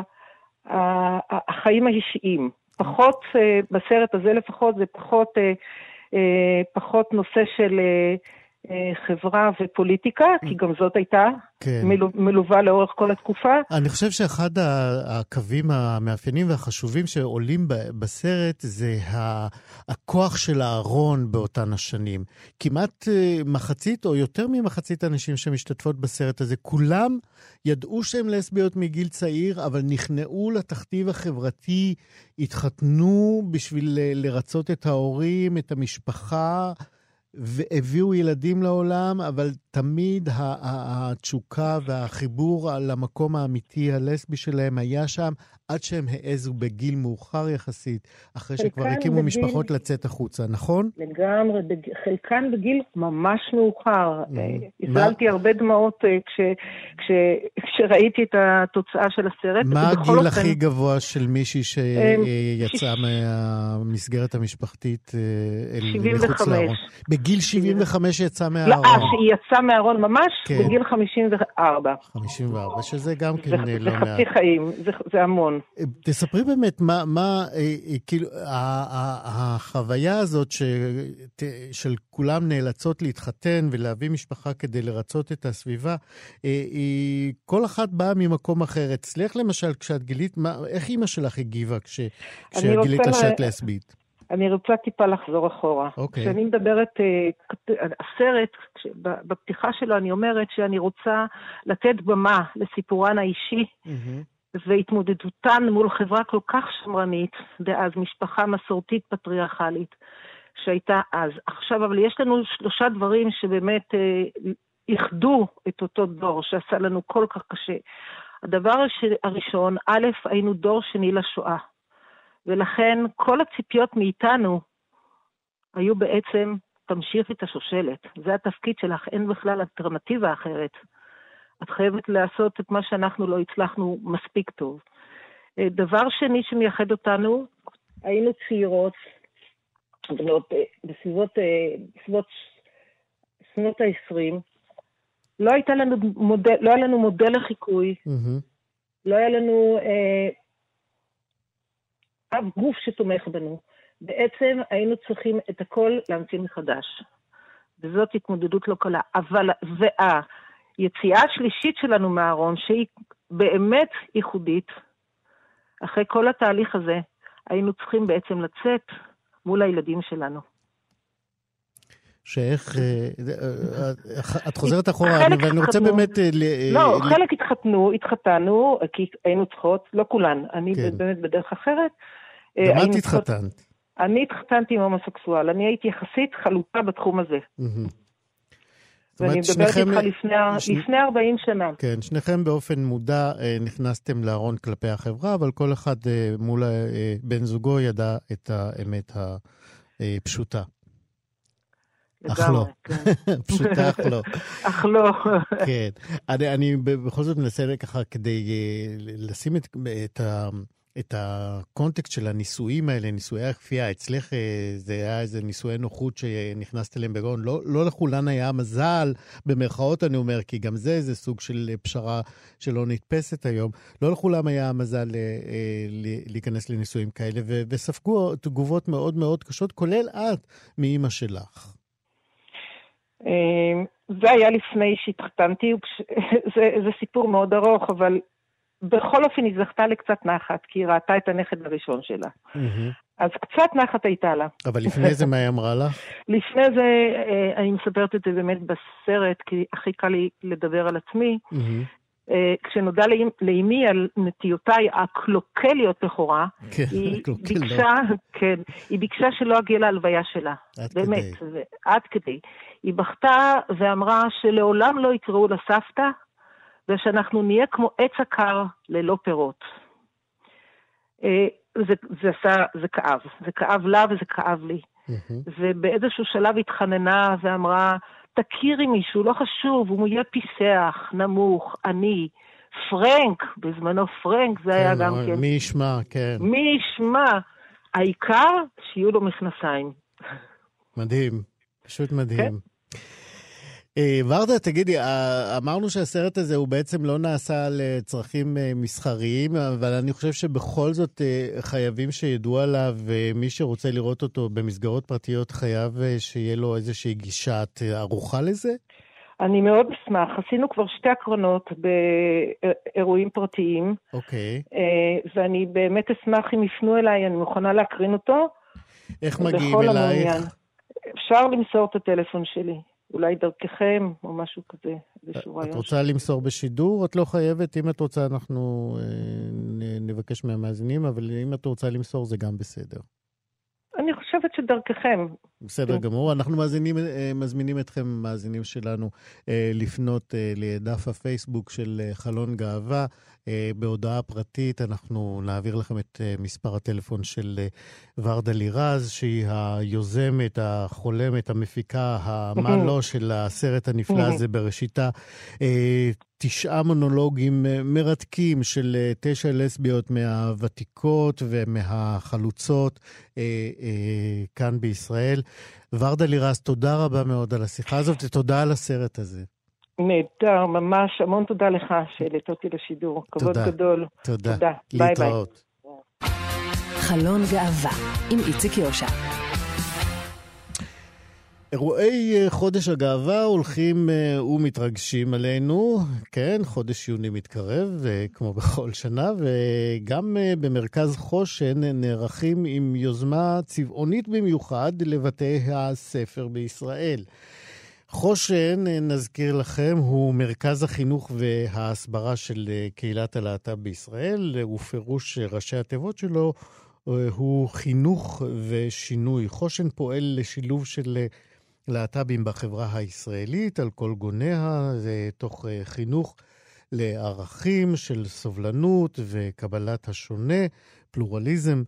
החיים האישיים. פחות, בסרט הזה לפחות, זה פחות, פחות נושא של חברה ופוליטיקה, כי גם זאת הייתה כן. מלווה לאורך כל התקופה. אני חושב שאחד הקווים המאפיינים והחשובים שעולים בסרט זה הכוח של הארון באותן השנים. כמעט מחצית או יותר ממחצית אנשים שמשתתפות בסרט הזה, כולם ידעו שהם לסביות מגיל צעיר, אבל נכנעו לתכתיב החברתי, התחתנו בשביל לרצות את ההורים, את המשפחה, והביאו ילדים לעולם, אבל תמיד התשוקה והחיבור למקום האמיתי הלסבי שלהם היה שם, עד שהם העזו בגיל מאוחר יחסית, אחרי שכבר הקימו בגיל... משפחות לצאת החוצה, נכון? לגמרי, בג... חלקן בגיל ממש מאוחר. הזלתי מה... הרבה דמעות כש... כש... כשראיתי את התוצאה של הסרט. מה הגיל אופן... הכי גבוה של מישהי שיצאה ש... מהמסגרת המשפחתית אל מחוץ לארון? בגיל שבעים וחמש יצא מהארון. לא, שהיא יצאה מהארון ממש, כן. בגיל חמישים וארבע. חמישים וארבע, שזה גם כן זה, לא זה מעט. זה חצי חיים, זה, זה המון. תספרי באמת מה, מה כאילו, החוויה הזאת ש, של כולם נאלצות להתחתן ולהביא משפחה כדי לרצות את הסביבה, היא, כל אחת באה ממקום אחר. אצלך למשל, כשאת גילית, מה, איך אמא שלך הגיבה כש, כשגילית שאת לה... לסבית? אני רוצה טיפה לחזור אחורה. Okay. כשאני מדברת, הסרט, בפתיחה שלו אני אומרת שאני רוצה לתת במה לסיפורן האישי, mm-hmm. והתמודדותן מול חברה כל כך שמרנית, דאז משפחה מסורתית פטריארכלית, שהייתה אז. עכשיו, אבל יש לנו שלושה דברים שבאמת איחדו את אותו דור, שעשה לנו כל כך קשה. הדבר הראשון, א', היינו דור שני לשואה. ולכן כל הציפיות מאיתנו היו בעצם, תמשיך את השושלת. זה התפקיד שלך, אין בכלל אלטרנטיבה אחרת. את חייבת לעשות את מה שאנחנו לא הצלחנו מספיק טוב. דבר שני שמייחד אותנו, היינו צעירות, בסביבות, בסביבות, בסביבות ה-עשרים, לא הייתה לנו מודל, לא היה לנו מודל לחיקוי, mm-hmm. לא היה לנו... אף גוף שתומך בנו. בעצם היינו צריכים את הכל להמציא מחדש. וזאת התמודדות לא קלה. אבל, והיציאה השלישית שלנו מהארון, שהיא באמת ייחודית, אחרי כל התהליך הזה, היינו צריכים בעצם לצאת מול הילדים שלנו. שאיך, את חוזרת אחורה, ואני רוצה באמת... לא, חלק התחתנו, התחתנו, כי היינו צריכות, לא כולן, אני באמת בדרך אחרת. גם את התחתנת? אני התחתנתי עם הומוסקסואל, אני הייתי יחסית חלוטה בתחום הזה. ואני מדברת איתך לפני ארבעים שנה. כן, שניכם באופן מודע נכנסתם לארון כלפי החברה, אבל כל אחד מול בן זוגו ידע את האמת הפשוטה. אך לא. פשוטה אך לא. אך לא. כן. אני בכל זאת מנסה ככה כדי לשים את ה... את הקונטקסט של הניסויים האלה, ניסויי הכפייה. אצלך זה היה איזה ניסויי נוחות שנכנסת אליהם בגאון. לא, לא לכולן היה מזל, במרכאות אני אומר, כי גם זה איזה סוג של פשרה שלא נתפסת היום. לא לכולם היה מזל להיכנס לניסויים כאלה, וספגו תגובות מאוד מאוד קשות, כולל את מאמא שלך. זה היה לפני שהתחתנתי, זה, זה סיפור מאוד ארוך, אבל בכל אופן היא זכתה לקצת נחת, כי היא ראתה את הנכד הראשון שלה. אז קצת נחת הייתה לה. אבל לפני זה מה היא אמרה לך? לפני זה, אני מספרת את זה באמת בסרט, כי הכי קל לי לדבר על עצמי. כשנודע לאמי על נטיותיי הקלוקליות לכאורה, היא ביקשה, כן, היא ביקשה שלא אגיע להלוויה שלה. באמת, עד כדי. היא בכתה ואמרה שלעולם לא יקראו לסבתא, ושאנחנו נהיה כמו עץ הקר ללא פירות. זה, זה עשה, זה כאב. זה כאב לה וזה כאב לי. ובאיזשהו שלב התחננה ואמרה, תכירי מישהו, לא חשוב, הוא יהיה פיסח, נמוך, עני, פרנק, בזמנו פרנק, זה היה גם כן. מי ישמע, כן. מי ישמע, העיקר שיהיו לו מכנסיים. מדהים, פשוט מדהים. ורדה, תגידי, אמרנו שהסרט הזה הוא בעצם לא נעשה לצרכים מסחריים, אבל אני חושב שבכל זאת חייבים שידעו עליו, ומי שרוצה לראות אותו במסגרות פרטיות חייב שיהיה לו איזושהי גישת ערוכה לזה? אני מאוד אשמח. עשינו כבר שתי הקרנות באירועים פרטיים. אוקיי. ואני באמת אשמח אם יפנו אליי, אני מוכנה להקרין אותו. איך מגיעים אלייך? אפשר למסור את הטלפון שלי. אולי דרככם או משהו כזה. את רוצה למסור בשידור? את לא חייבת. אם את רוצה אנחנו נבקש מהמאזינים, אבל אם את רוצה למסור זה גם בסדר. אני חושבת שדרככם. בסדר גמור. אנחנו מאזינים, מזמינים אתכם, מאזינים שלנו, לפנות לדף הפייסבוק של חלון גאווה. בהודעה פרטית אנחנו נעביר לכם את מספר הטלפון של ורדה לירז, שהיא היוזמת, החולמת, המפיקה, מה לא של הסרט הנפלא הזה בראשיתה. תשעה מונולוגים מרתקים של תשע לסביות מהוותיקות ומהחלוצות כאן בישראל. ורדה לירז, תודה רבה מאוד על השיחה הזאת, ותודה על הסרט הזה. נהדר, ממש, המון תודה לך שהעלית אותי לשידור. כבוד גדול. תודה. תודה. ביי להתראות. ביי. חלון גאווה עם איציק יושע. אירועי חודש הגאווה הולכים ומתרגשים עלינו, כן, חודש יוני מתקרב, כמו בכל שנה, וגם במרכז חושן נערכים עם יוזמה צבעונית במיוחד לבתי הספר בישראל. חושן, נזכיר לכם, הוא מרכז החינוך וההסברה של קהילת הלהט"ב בישראל, ופירוש ראשי התיבות שלו הוא חינוך ושינוי. חושן פועל לשילוב של להט"בים בחברה הישראלית על כל גוניה, תוך חינוך לערכים של סובלנות וקבלת השונה, פלורליזם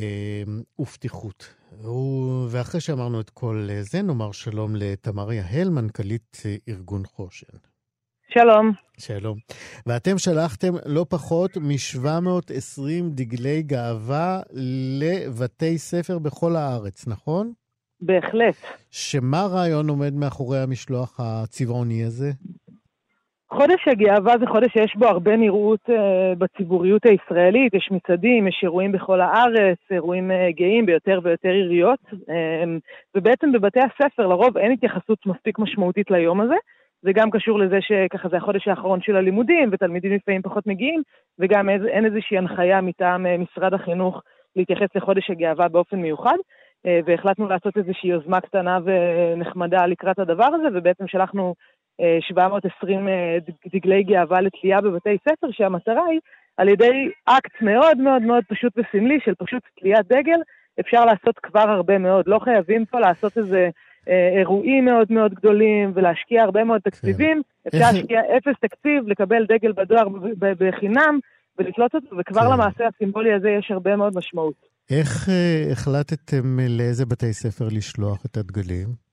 ופתיחות. ואחרי שאמרנו את כל זה, נאמר שלום לתמר יהל, מנכ"לית ארגון חושן. שלום. שלום. ואתם שלחתם לא פחות מ-שבע מאות ועשרים דגלי גאווה לבתי ספר בכל הארץ, נכון? בהחלט. שמה הרעיון עומד מאחורי המשלוח הצבעוני הזה? חודש הגאווה זה חודש שיש בו הרבה נראות uh, בציבוריות הישראלית, יש מצעדים, יש אירועים בכל הארץ, אירועים uh, גאים ביותר ויותר עיריות, um, ובעצם בבתי הספר לרוב אין התייחסות מספיק משמעותית ליום הזה, זה גם קשור לזה שככה זה החודש האחרון של הלימודים, ותלמידים לפעמים פחות מגיעים, וגם איז, אין איזושהי הנחיה מטעם uh, משרד החינוך להתייחס לחודש הגאווה באופן מיוחד, uh, והחלטנו לעשות איזושהי יוזמה קטנה ונחמדה לקראת הדבר הזה, ובעצם שלחנו שבע מאות ועשרים דגלי גאווה לתלייה בבתי ספר, שהמטרה היא, על ידי אקט מאוד מאוד מאוד פשוט וסמלי, של פשוט תליית דגל, אפשר לעשות כבר הרבה מאוד. לא חייבים פה לעשות איזה אירועים מאוד מאוד גדולים, ולהשקיע הרבה מאוד תקציבים. אפשר להשקיע אפס תקציב, לקבל דגל בדואר בחינם, ולתלות אותו, וכבר למעשה הסימבולי הזה יש הרבה מאוד משמעות. איך החלטתם לאיזה בתי ספר לשלוח את הדגלים?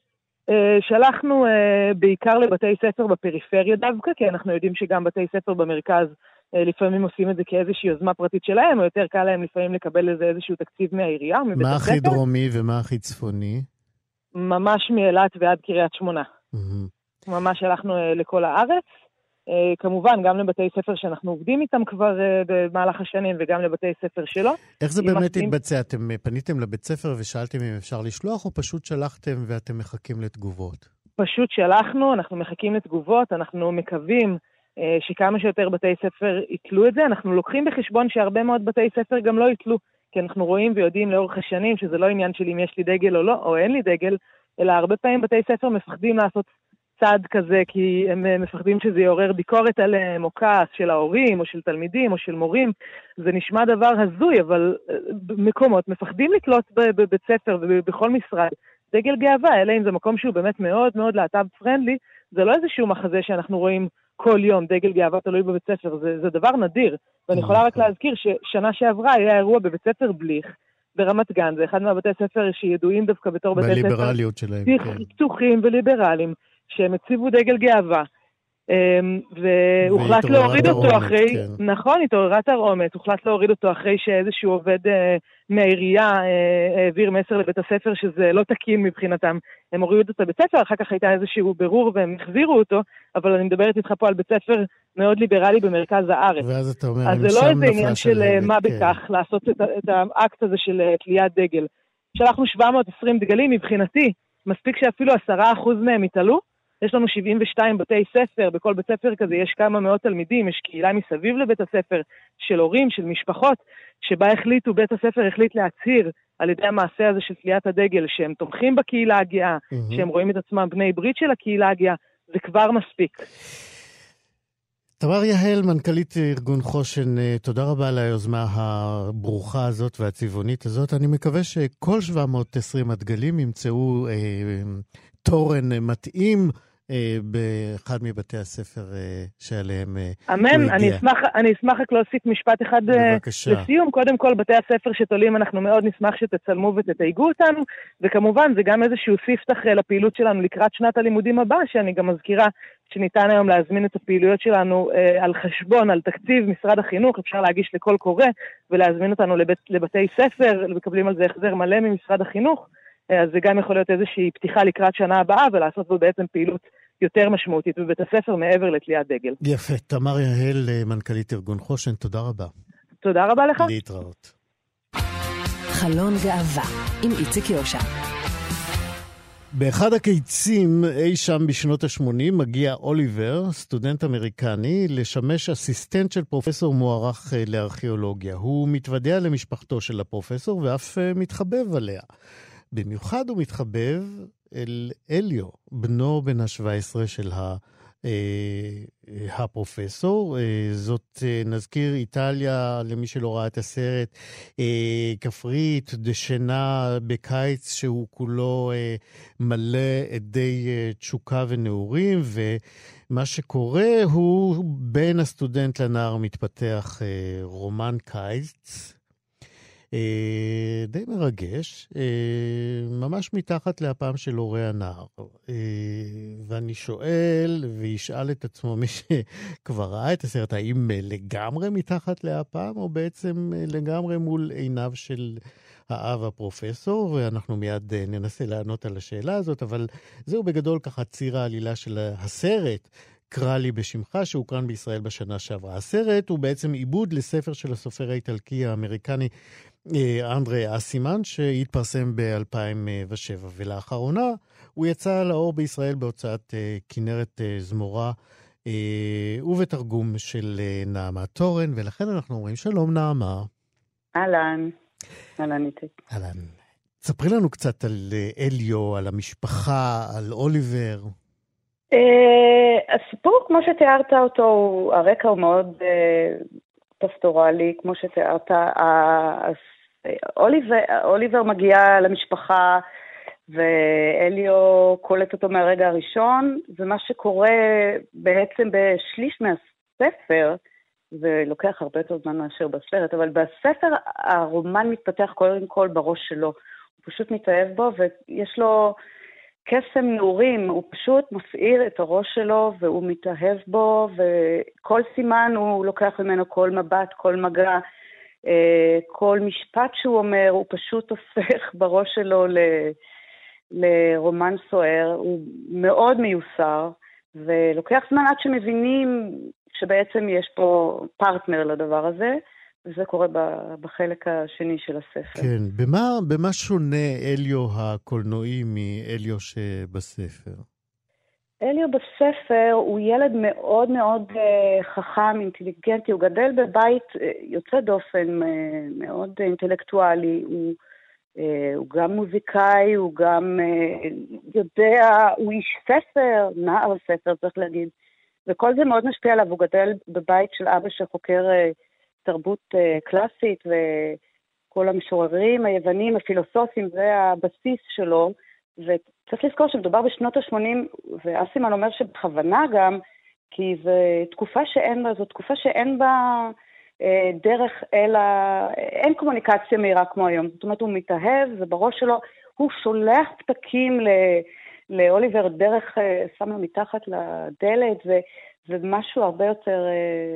שלחנו בעיקר לבתי ספר בפריפריה דווקא, כי אנחנו יודעים שגם בתי ספר במרכז לפעמים עושים את זה כאיזושהי יוזמה פרטית שלהם, או יותר קל להם לפעמים לקבל לזה איזשהו תקציב מהעירייה. מה הכי דרומי ומה הכי צפוני? ממש מאילת ועד קריית שמונה. ממש שלחנו לכל הארץ. כמובן, גם לבתי ספר שאנחנו עובדים איתם כבר במהלך השנים, וגם לבתי ספר שלו. איך זה באמת התבצע? אתם פניתם לבית ספר ושאלתם אם אפשר לשלוח, או פשוט שלחתם ואתם מחכים לתגובות? פשוט שלחנו, אנחנו מחכים לתגובות, אנחנו מקווים שכמה שיותר בתי ספר יתלו את זה. אנחנו לוקחים בחשבון שהרבה מאוד בתי ספר גם לא יתלו, כי אנחנו רואים ויודעים לאורך השנים שזה לא עניין של אם יש לי דגל או לא, או אין לי דגל, אלא הרבה פעמים בתי ספר מפחדים לעשות צעד כזה, כי הם מפחדים שזה יעורר ביקורת עליהם, או כעס של ההורים, או של תלמידים, או של מורים. זה נשמע דבר הזוי, אבל מקומות מפחדים לתלות בבית ספר ובכל משרד דגל גאווה, אלא אם זה מקום שהוא באמת מאוד מאוד להט"ב פרנדלי, זה לא איזשהו מחזה שאנחנו רואים כל יום, דגל גאווה תלוי בבית ספר, זה, זה דבר נדיר. ואני יכולה רק להזכיר ששנה שעברה היה אירוע בבית ספר בליך, ברמת גן, זה אחד מהבתי ספר שידועים דווקא בתור בתי ספר בליברליות שלהם, כן. פתוחים וליברליים, שהם הציבו דגל גאווה, והוחלט להוריד אותו אחרי, כן. נכון, התעוררה תרעומת, הוחלט להוריד אותו אחרי שאיזשהו עובד מהעירייה העביר מסר לבית הספר שזה לא תקין מבחינתם. הם הורידו אותו בית ספר, אחר כך הייתה איזשהו בירור והם החזירו אותו, אבל אני מדברת איתך פה על בית ספר מאוד ליברלי במרכז הארץ. ואז אתה אומר, אז זה לא איזה עניין של מה בכך, לעשות את, את האקט הזה של תליית דגל. שלחנו שבע מאות ועשרים דגלים, מבחינתי, מספיק שאפילו עשרה אחוז מהם יתעלו, יש לנו שבעים ושתיים בתי ספר, בכל בית ספר כזה יש כמה מאות תלמידים, יש קהילה מסביב לבית הספר, של הורים, של משפחות, שבה החליטו, בית הספר החליט להצהיר על ידי המעשה הזה של תליית הדגל, שהם תומכים בקהילה הגאה, mm-hmm. שהם רואים את עצמם בני ברית של הקהילה הגאה, זה כבר מספיק. תמר יהל, מנכ"לית ארגון חושן, תודה רבה על היוזמה הברוכה הזאת והצבעונית הזאת. אני מקווה שכל שבע מאות ועשרים הדגלים ימצאו אה, תורן מתאים אה, באחד מבתי הספר אה, שעליהם אה, אמן, הוא הגיע. אני אשמח, אני אשמח רק להוסיף משפט אחד בבקשה. לסיום. קודם כל, בתי הספר שתולים, אנחנו מאוד נשמח שתצלמו ותתייגו אותנו, וכמובן זה גם איזשהו ספתח לפעילות שלנו לקראת שנת הלימודים הבאה, שאני גם מזכירה שניתן היום להזמין את הפעילויות שלנו אה, על חשבון, על תקציב משרד החינוך, אפשר להגיש לכל קורא ולהזמין אותנו לבית, לבתי ספר, מקבלים על זה החזר מלא ממשרד החינוך, אה, אז זה גם יכול להיות איזושהי פתיחה לקראת שנה הבאה, ולעשות בו בעצם פעילות יותר משמעותית בבית הספר מעבר לתליית דגל. יפה, תמר יהל, מנכ"לית ארגון חושן, תודה רבה. תודה רבה לך. להתראות. חלון גאווה עם איציק יושע. באחד הקיצים אי שם בשנות ה-שמונים מגיע אוליבר, סטודנט אמריקני, לשמש אסיסטנט של פרופסור מוערך לארכיאולוגיה. הוא מתוודע למשפחתו של הפרופסור ואף מתחבב עליה. במיוחד הוא מתחבב אל אליו, בנו בן ה-שבע עשרה של ה... הפרופסור. זאת, נזכיר, איטליה, למי שלא ראה את הסרט, כפרית דשנה בקיץ שהוא כולו מלא עדי תשוקה ונעורים, ומה שקורה הוא בין הסטודנט לנער מתפתח רומן קיץ די מרגש, ממש מתחת לאפם של הורי הנער. ואני שואל וישאל את עצמו מי שכבר ראה את הסרט, האם לגמרי מתחת לאפם או בעצם לגמרי מול עיניו של האב הפרופסור, ואנחנו מיד ננסה לענות על השאלה הזאת, אבל זהו בגדול ככה ציר העלילה של הסרט, קרא לי בשמך, שהוקרן בישראל בשנה שעברה. הסרט הוא בעצם עיבוד לספר של הסופר האיטלקי האמריקני אנדרי אסימן, שהתפרסם ב-אלפיים ושבע, ולאחרונה הוא יצא לאור בישראל בהוצאת כנרת זמורה, ובתרגום של נעמה תורן, ולכן אנחנו אומרים שלום נעמה. אהלן, אהלן איתי. אהלן. תספרי לנו קצת על אליו, על המשפחה, על אוליבר. הסיפור, כמו שתיארת אותו, הרקע הוא מאוד פסטורלי, כמו שתיארת. אוליבר, אוליבר מגיע למשפחה, ואליו קולט אותו מהרגע הראשון, ומה שקורה בעצם בשליש מהספר, זה לוקח הרבה יותר זמן מאשר בסרט, אבל בספר הרומן מתפתח קודם כל בראש שלו. הוא פשוט מתאהב בו, ויש לו קסם נעורים, הוא פשוט מפעיר את הראש שלו, והוא מתאהב בו, וכל סימן הוא לוקח ממנו, כל מבט, כל מגע, כל משפט שהוא אומר, הוא פשוט הופך בראש שלו ל... לרומן סוער. הוא מאוד מיוסר, ולוקח זמן עד שמבינים שבעצם יש פה פרטנר לדבר הזה, וזה קורה בחלק השני של הספר. כן, במה, במה שונה אליו הקולנועי מאליו שבספר? אליו בספר הוא ילד מאוד מאוד חכם, אינטליגנטי, הוא גדל בבית יוצא דופן, מאוד אינטלקטואלי, הוא, הוא גם מוזיקאי, הוא גם יודע, הוא איש ספר, נער ספר צריך להגיד, וכל זה מאוד משפיע עליו. הוא גדל בבית של אבא שחוקר תרבות קלאסית, וכל המשוררים היוונים, הפילוסופים, זה הבסיס שלו, וצריך לזכור שמדובר בשנות ה-שמונים, ואסימן אומר שבכוונה גם, כי זו תקופה שאין בה, זו תקופה שאין בה אה, דרך אלא, אין קומוניקציה מהירה כמו היום. זאת אומרת, הוא מתאהב, זה בראש שלו, הוא שולח פתקים ל, לאוליבר דרך שם לו מתחת לדלת, ומשהו הרבה יותר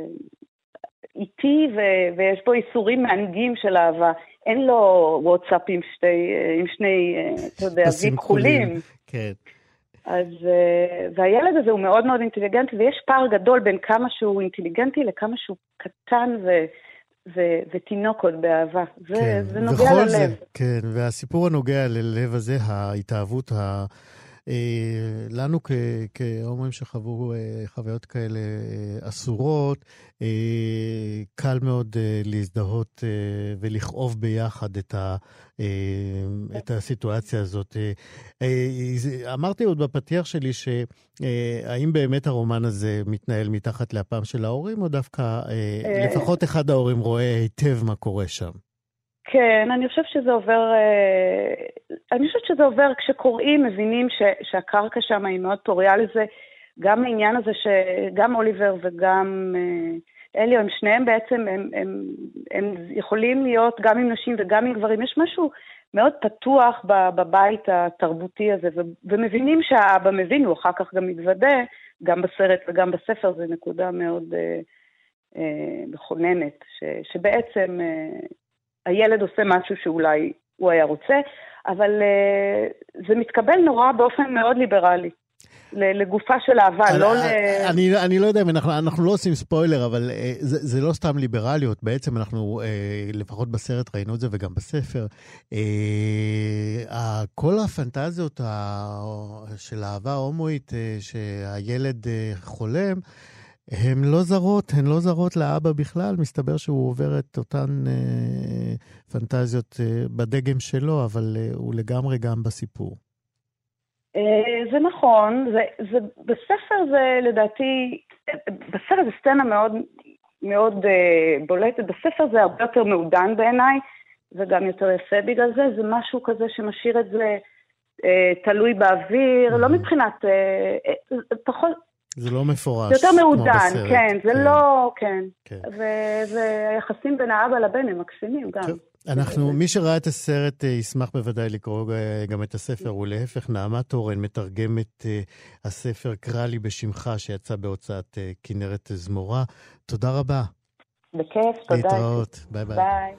איטי, ויש בו איסורים מענגים של אהבה. אין לו וואטסאפ עם שני, אתה יודע, ויכולים. כן. אז, והילד הזה הוא מאוד מאוד אינטליגנטי, ויש פער גדול בין כמה שהוא אינטליגנטי לכמה שהוא קטן ו... ו- ותינוק עוד באהבה. זה, כן, זה נוגע ללב. זה, כן, והסיפור הנוגע ללב הזה, ההתאהבות, ה, אה, לנו כ, כהומואים שחוו אה, חוויות כאלה אה, אסורות, אה, קל מאוד אה, להזדהות אה, ולכאוב ביחד את, ה, אה, את הסיטואציה הזאת. אה, אה, אמרתי עוד בפתיח שלי ש... האם באמת הרומן הזה מתנהל מתחת לאפם של ההורים, או דווקא לפחות אחד ההורים רואה היטב מה קורה שם? כן, אני חושב שזה עובר, אני חושבת שזה עובר כשקוראים, מבינים שהקרקע שם היא מאוד פוריה לזה, גם העניין הזה שגם אוליבר וגם אליו, הם שניהם בעצם, הם, הם, הם יכולים להיות גם עם נשים וגם עם גברים, יש משהו מאוד פתוח בבית התרבותי הזה, ומבינים שהאבא מבין, הוא אחר כך גם מתוודא, גם בסרט וגם בספר, זה נקודה מאוד אה, אה, מכוננת, ש, שבעצם אה, הילד עושה משהו שאולי הוא היה רוצה, אבל אה, זה מתקבל נורא באופן מאוד ליברלי. לגופה של אהבה, לא ל... אני, אני לא יודע אם אנחנו, אנחנו לא עושים ספוילר, אבל זה, זה לא סתם ליברליות, בעצם אנחנו, לפחות בסרט ראינו את זה וגם בספר, כל הפנטזיות של אהבה הומואית שהילד חולם, הן לא זרות, הן לא זרות לאבא בכלל, מסתבר שהוא עובר את אותן פנטזיות בדגם שלו, אבל הוא לגמרי גם בסיפור. זה נכון, זה, זה, בספר זה לדעתי, בסרט זה סצנה מאוד, מאוד uh, בולטת, בספר זה הרבה יותר מעודן בעיניי, וגם יותר יפה בגלל זה, זה משהו כזה שמשאיר את זה uh, תלוי באוויר, לא מבחינת, uh, uh, פחות... זה לא מפורש. זה יותר מעודן, בסרט, כן, זה כן. לא, כן. כן. והיחסים בין האבא לבן הם מקסימים גם. טוב. אנחנו, מי שראה את הסרט ישמח בוודאי לקרוא גם את הספר, ולהפך, נעמה תורן מתרגמת הספר קרא לי בשמך, שיצא בהוצאת כנרת זמורה. תודה רבה. בכיף, תודה. להתראות, ביי ביי. ביי.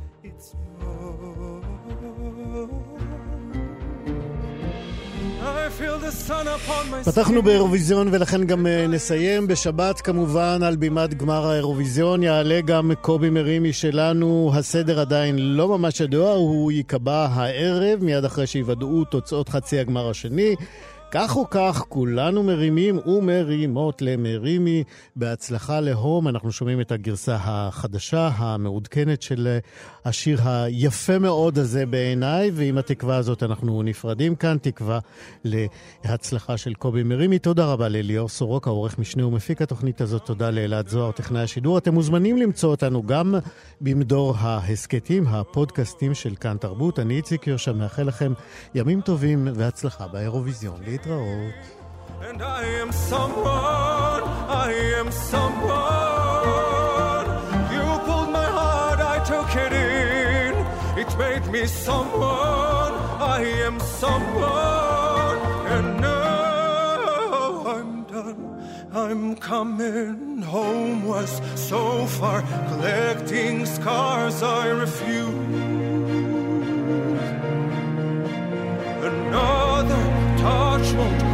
פתחנו באירוויזיון ולכן גם נסיים בשבת כמובן על בימת גמר האירוויזיון. יעלה גם קובי מרימי שלנו, הסדר עדיין לא ממש ידוע, הוא יקבע הערב מיד אחרי שיוודאו תוצאות חצי הגמר השני. כך או כך, כולנו מרימים ומרימות למרימי. בהצלחה להום. אנחנו שומעים את הגרסה החדשה, המעודכנת של השיר היפה מאוד הזה בעיניי, ועם התקווה הזאת אנחנו נפרדים כאן. תקווה להצלחה של קובי מרימי. תודה רבה לליאור סורוק, העורך משנה ומפיק התוכנית הזאת. תודה לאלעד זוהר, טכנאי השידור. אתם מוזמנים למצוא אותנו גם במדור ההסקטים, הפודקאסטים של כאן תרבות. אני איציק יושע, מאחל לכם ימים טובים והצלחה באירוויזיון. להתראות. And I am someone, I am someone. You pulled my heart, I took it in. It made me someone, I am someone. And now I'm done, I'm coming home. Was so far, collecting scars I refuse. Another touch won't